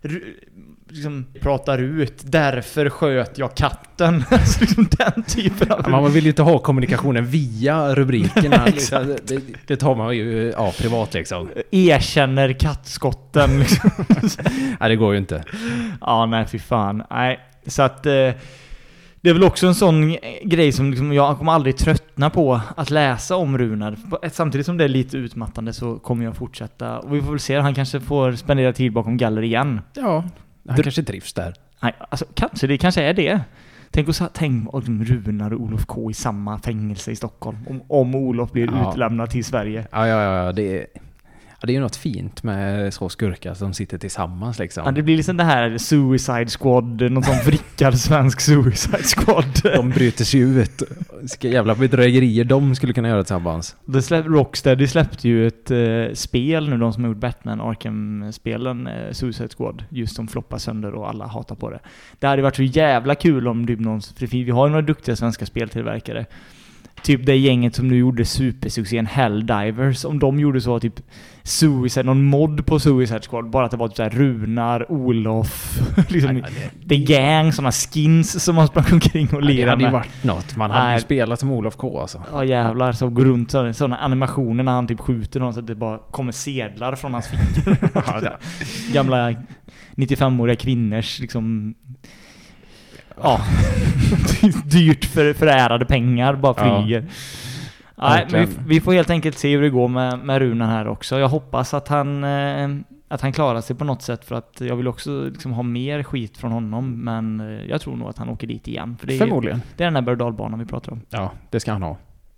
liksom pratar ut, därför sköt jag katten. Alltså liksom den typen av... Man vill ju inte ha kommunikationen via rubrikerna. Liksom. Det tar man ju privat liksom. Erkänner kattskotten. Liksom. Nej, det går ju inte. Ja, nej, fy fan. Nej, så att... det är väl också en sån grej som liksom, jag kommer aldrig tröttna på att läsa om Runar. Samtidigt som det är lite utmattande så kommer jag fortsätta. Och vi får väl se, han kanske får spendera tid bakom galler igen. Ja, han kanske trivs där. Nej, alltså kanske är det. Tänk om Runar och Olof K i samma fängelse i Stockholm. Om Olof blir utlämnad till Sverige. Ja, det är ju något fint med så skurkar som sitter tillsammans liksom. Ja, det blir liksom det här Suicide Squad, någon sån vrickad svensk Suicide Squad. De bryter sig ut. Vilka jävla bedrägerier de skulle kunna göra tillsammans. Rocksteady släppte ju ett spel nu, de som har gjort Batman Arkham-spelen, Suicide Squad, just som floppar sönder och alla hatar på det. Det hade varit så jävla kul om vi har några duktiga svenska speltillverkare. Typ det gänget som nu gjorde supersuccén Helldivers, om de gjorde så typ Suicide, någon mod på Suicide Squad, bara att det var typ så här Runar, Olof, liksom The Gang, såna skins som man sprang omkring och lirade med. Det hade ju varit något. Man hade ju spelat som Olof K alltså. Ja jävlar, så går runt sådana animationer när han typ skjuter någon så att det bara kommer sedlar från hans fickor. Gamla 95-åriga kvinnors liksom... Ja, dyrt för förärade pengar bara flyger. Ja. Nej, vi får helt enkelt se hur det går med Runar här också. Jag hoppas att han klarar sig på något sätt, för att jag vill också liksom ha mer skit från honom, men jag tror nog att han åker dit igen. För förmodligen. Det är den här berg- och dalbanan vi pratar om. Ja, det ska han ha.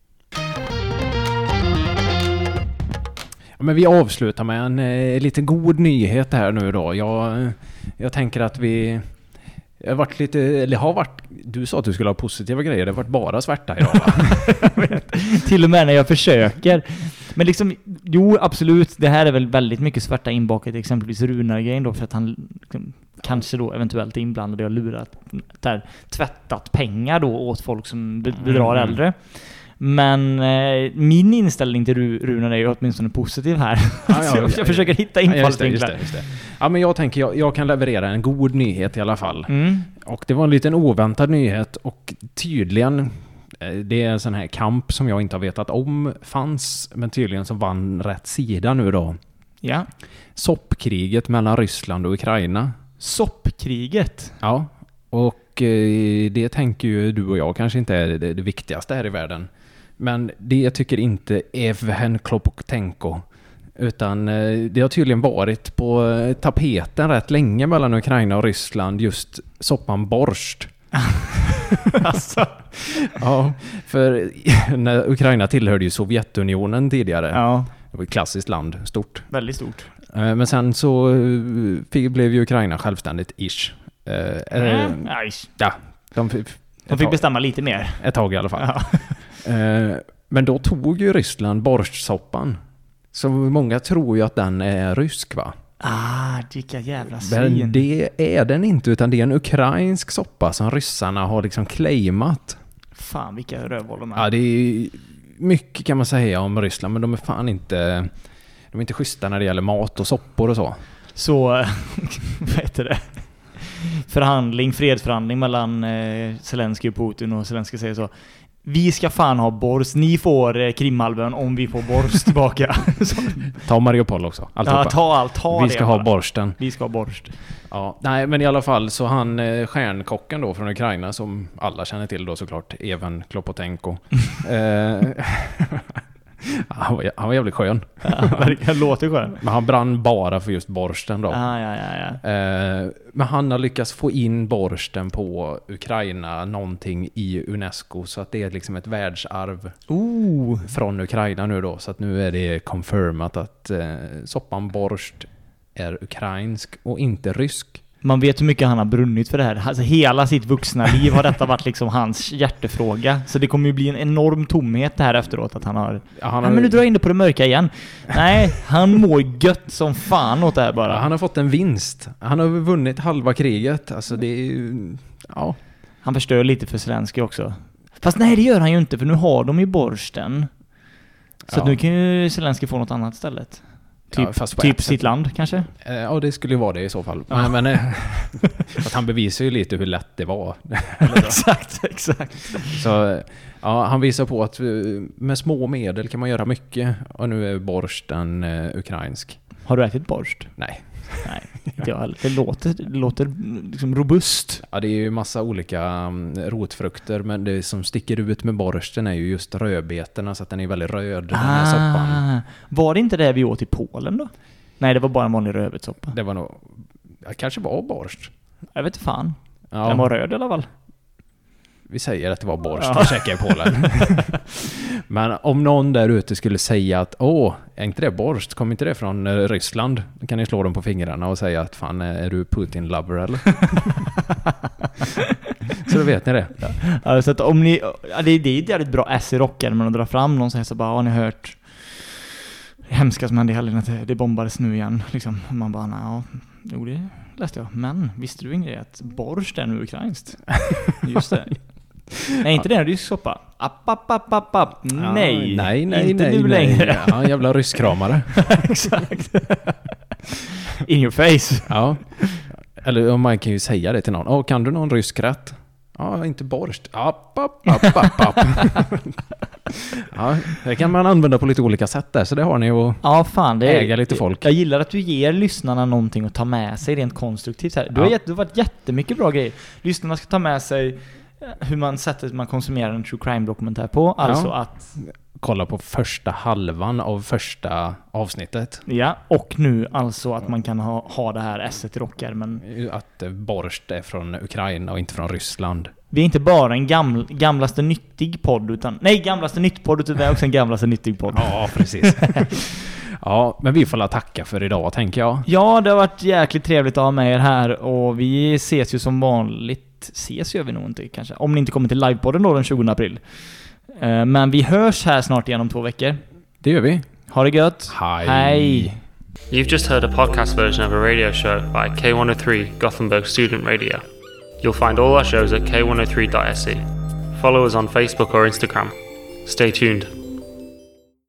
Ja, men vi avslutar med en lite god nyhet här nu då. Jag tänker att vi... Du sa att du skulle ha positiva grejer. Det har varit bara svärta idag, va? Till och med när jag försöker. Men liksom, jo absolut, det här är väl väldigt mycket svärta inbakat, exempelvis Runar-grejen då, för att han liksom, kanske då eventuellt är inblandad och lurat, tvättat pengar då åt folk som bedrar äldre. Men min inställning till Runar är ju åtminstone positiv här. Jag försöker hitta infallsvinklar. Just det. Ja, men jag tänker jag kan leverera en god nyhet i alla fall. Och det var en liten oväntad nyhet, och tydligen det är en sån här kamp som jag inte har vetat om fanns, men tydligen så vann rätt sida nu då. Ja. Soppkriget mellan Ryssland och Ukraina. Soppkriget? Ja. Och det tänker ju du och jag kanske inte är det viktigaste här i världen. Men det tycker inte Evhen Klopotenko. Utan det har tydligen varit på tapeten rätt länge mellan Ukraina och Ryssland, just soppan borscht. Alltså. Ja, för när Ukraina tillhörde ju Sovjetunionen tidigare. Ja. Det var ett klassiskt land, stort. Väldigt stort. Men sen så blev ju Ukraina självständigt ish. Ja, de fick bestämma lite mer. Ett tag i alla fall. Ja. Men då tog ju Ryssland borstsoppan. Så många tror ju att den är rysk, va? Vilka jävla svin. Men det är den inte, utan det är en ukrainsk soppa som ryssarna har liksom claimat. Fan, vilka rövhål de är. Ja, det är mycket kan man säga om Ryssland, men de är fan inte... De är inte schyssta när det gäller mat och soppor och så. Så, vad heter det? Fredsförhandling mellan Zelensky och Putin, och Zelensky säger så: vi ska fan ha borst, ni får Krimhalvön om vi får borst tillbaka. Ta Mariupol också. Vi ska ha borsten. Vi ska ha borst. Ja, nej, men i alla fall så han stjärnkocken då från Ukraina, som alla känner till då såklart, Evhen Klopotenko. Han var jävligt skön. Han låter skön. Men han brann bara för just borsten då. Men han har lyckats få in borsten på Ukraina någonting i UNESCO, så att det är liksom ett världsarv från Ukraina nu då. Så att nu är det confirmat att soppan borst är ukrainsk och inte rysk. Man vet hur mycket han har brunnit för det här. Alltså, hela sitt vuxna liv har detta varit liksom hans hjärtefråga. Så det kommer ju bli en enorm tomhet det här efteråt, att han har... men nu drar jag in det på det mörka igen. Nej, han mår gött som fan åt det här bara. Han har fått en vinst. Han har vunnit halva kriget. Alltså det är ju... Ja. Han förstör lite för Zelensky också. Fast nej, det gör han ju inte, för nu har de ju borsten. Så att nu kan ju Zelensky få något annat istället. Typ sitt land kanske? Ja, det skulle ju vara det i så fall. Ja. Men att han bevisar ju lite hur lätt det var. Exakt. Så ja, han visar på att med små medel kan man göra mycket. Och nu är borsten ukrainsk. Har du ätit borst? Nej, inte jag heller. Det låter liksom robust. Ja, det är ju massa olika rotfrukter, men det som sticker ut med borsten är ju just rödbetorna, så att den är väldigt röd, den här soppan. Var det inte det vi åt i Polen då? Nej, det var bara en vanlig rödbetssoppa. Det var nog... kanske var borst. Jag vet inte fan. Ja. Den var röd i alla fall. Vi säger att det var borst och käkar i Polen. Men om någon där ute skulle säga att är inte det borst? Kommer inte det från Ryssland? Då kan ni slå dem på fingrarna och säga att fan, är du Putin-lover eller? Så då vet ni det. Ja, så att om ni... det är jävligt bra ass i rocken, men att dra fram någon så bara, har ni hört det hemska som hände i helgen, att det bombades nu igen. Liksom. Man bara, jo, det läste jag. Men visste du inte att borst är nu ukrainskt? Just det. Nej, inte det, det är ju soppa. App. Nej, inte nu längre. Ja, en jävla rysskramare. Exakt. In your face. Ja. Eller man kan ju säga det till någon. Kan du någon rysk rätt? Ja, inte borst. App. Ja, det kan man använda på lite olika sätt där, så det har ni att äga lite folk. Jag gillar att du ger lyssnarna någonting att ta med sig rent konstruktivt här. Du har varit jättemycket bra grejer. Lyssnarna ska ta med sig sättet man konsumerar en true crime-dokumentär på. Alltså att kolla på första halvan av första avsnittet. Ja, och nu alltså att man kan ha det här esset i rockärmen. Att borst är från Ukraina och inte från Ryssland. Vi är inte bara en gamlaste nyttig podd, utan gamlaste nytt-podd, utan det är också en gamlaste nyttig podd. Ja, precis. Ja, men vi får tacka för idag, tänker jag. Ja, det har varit jäkligt trevligt att ha med er här, och vi ses ju som vanligt. Gör vi nog inte kanske. Om ni inte kommer till livepodden då den 20 april. Men vi hörs här snart igen om 2 veckor. Det gör vi. Ha det gött. Hej. You've just heard a podcast version of a radio show by K103 Gothenburg Student Radio. You'll find all our shows at k103.se. Follow us on Facebook or Instagram. Stay tuned.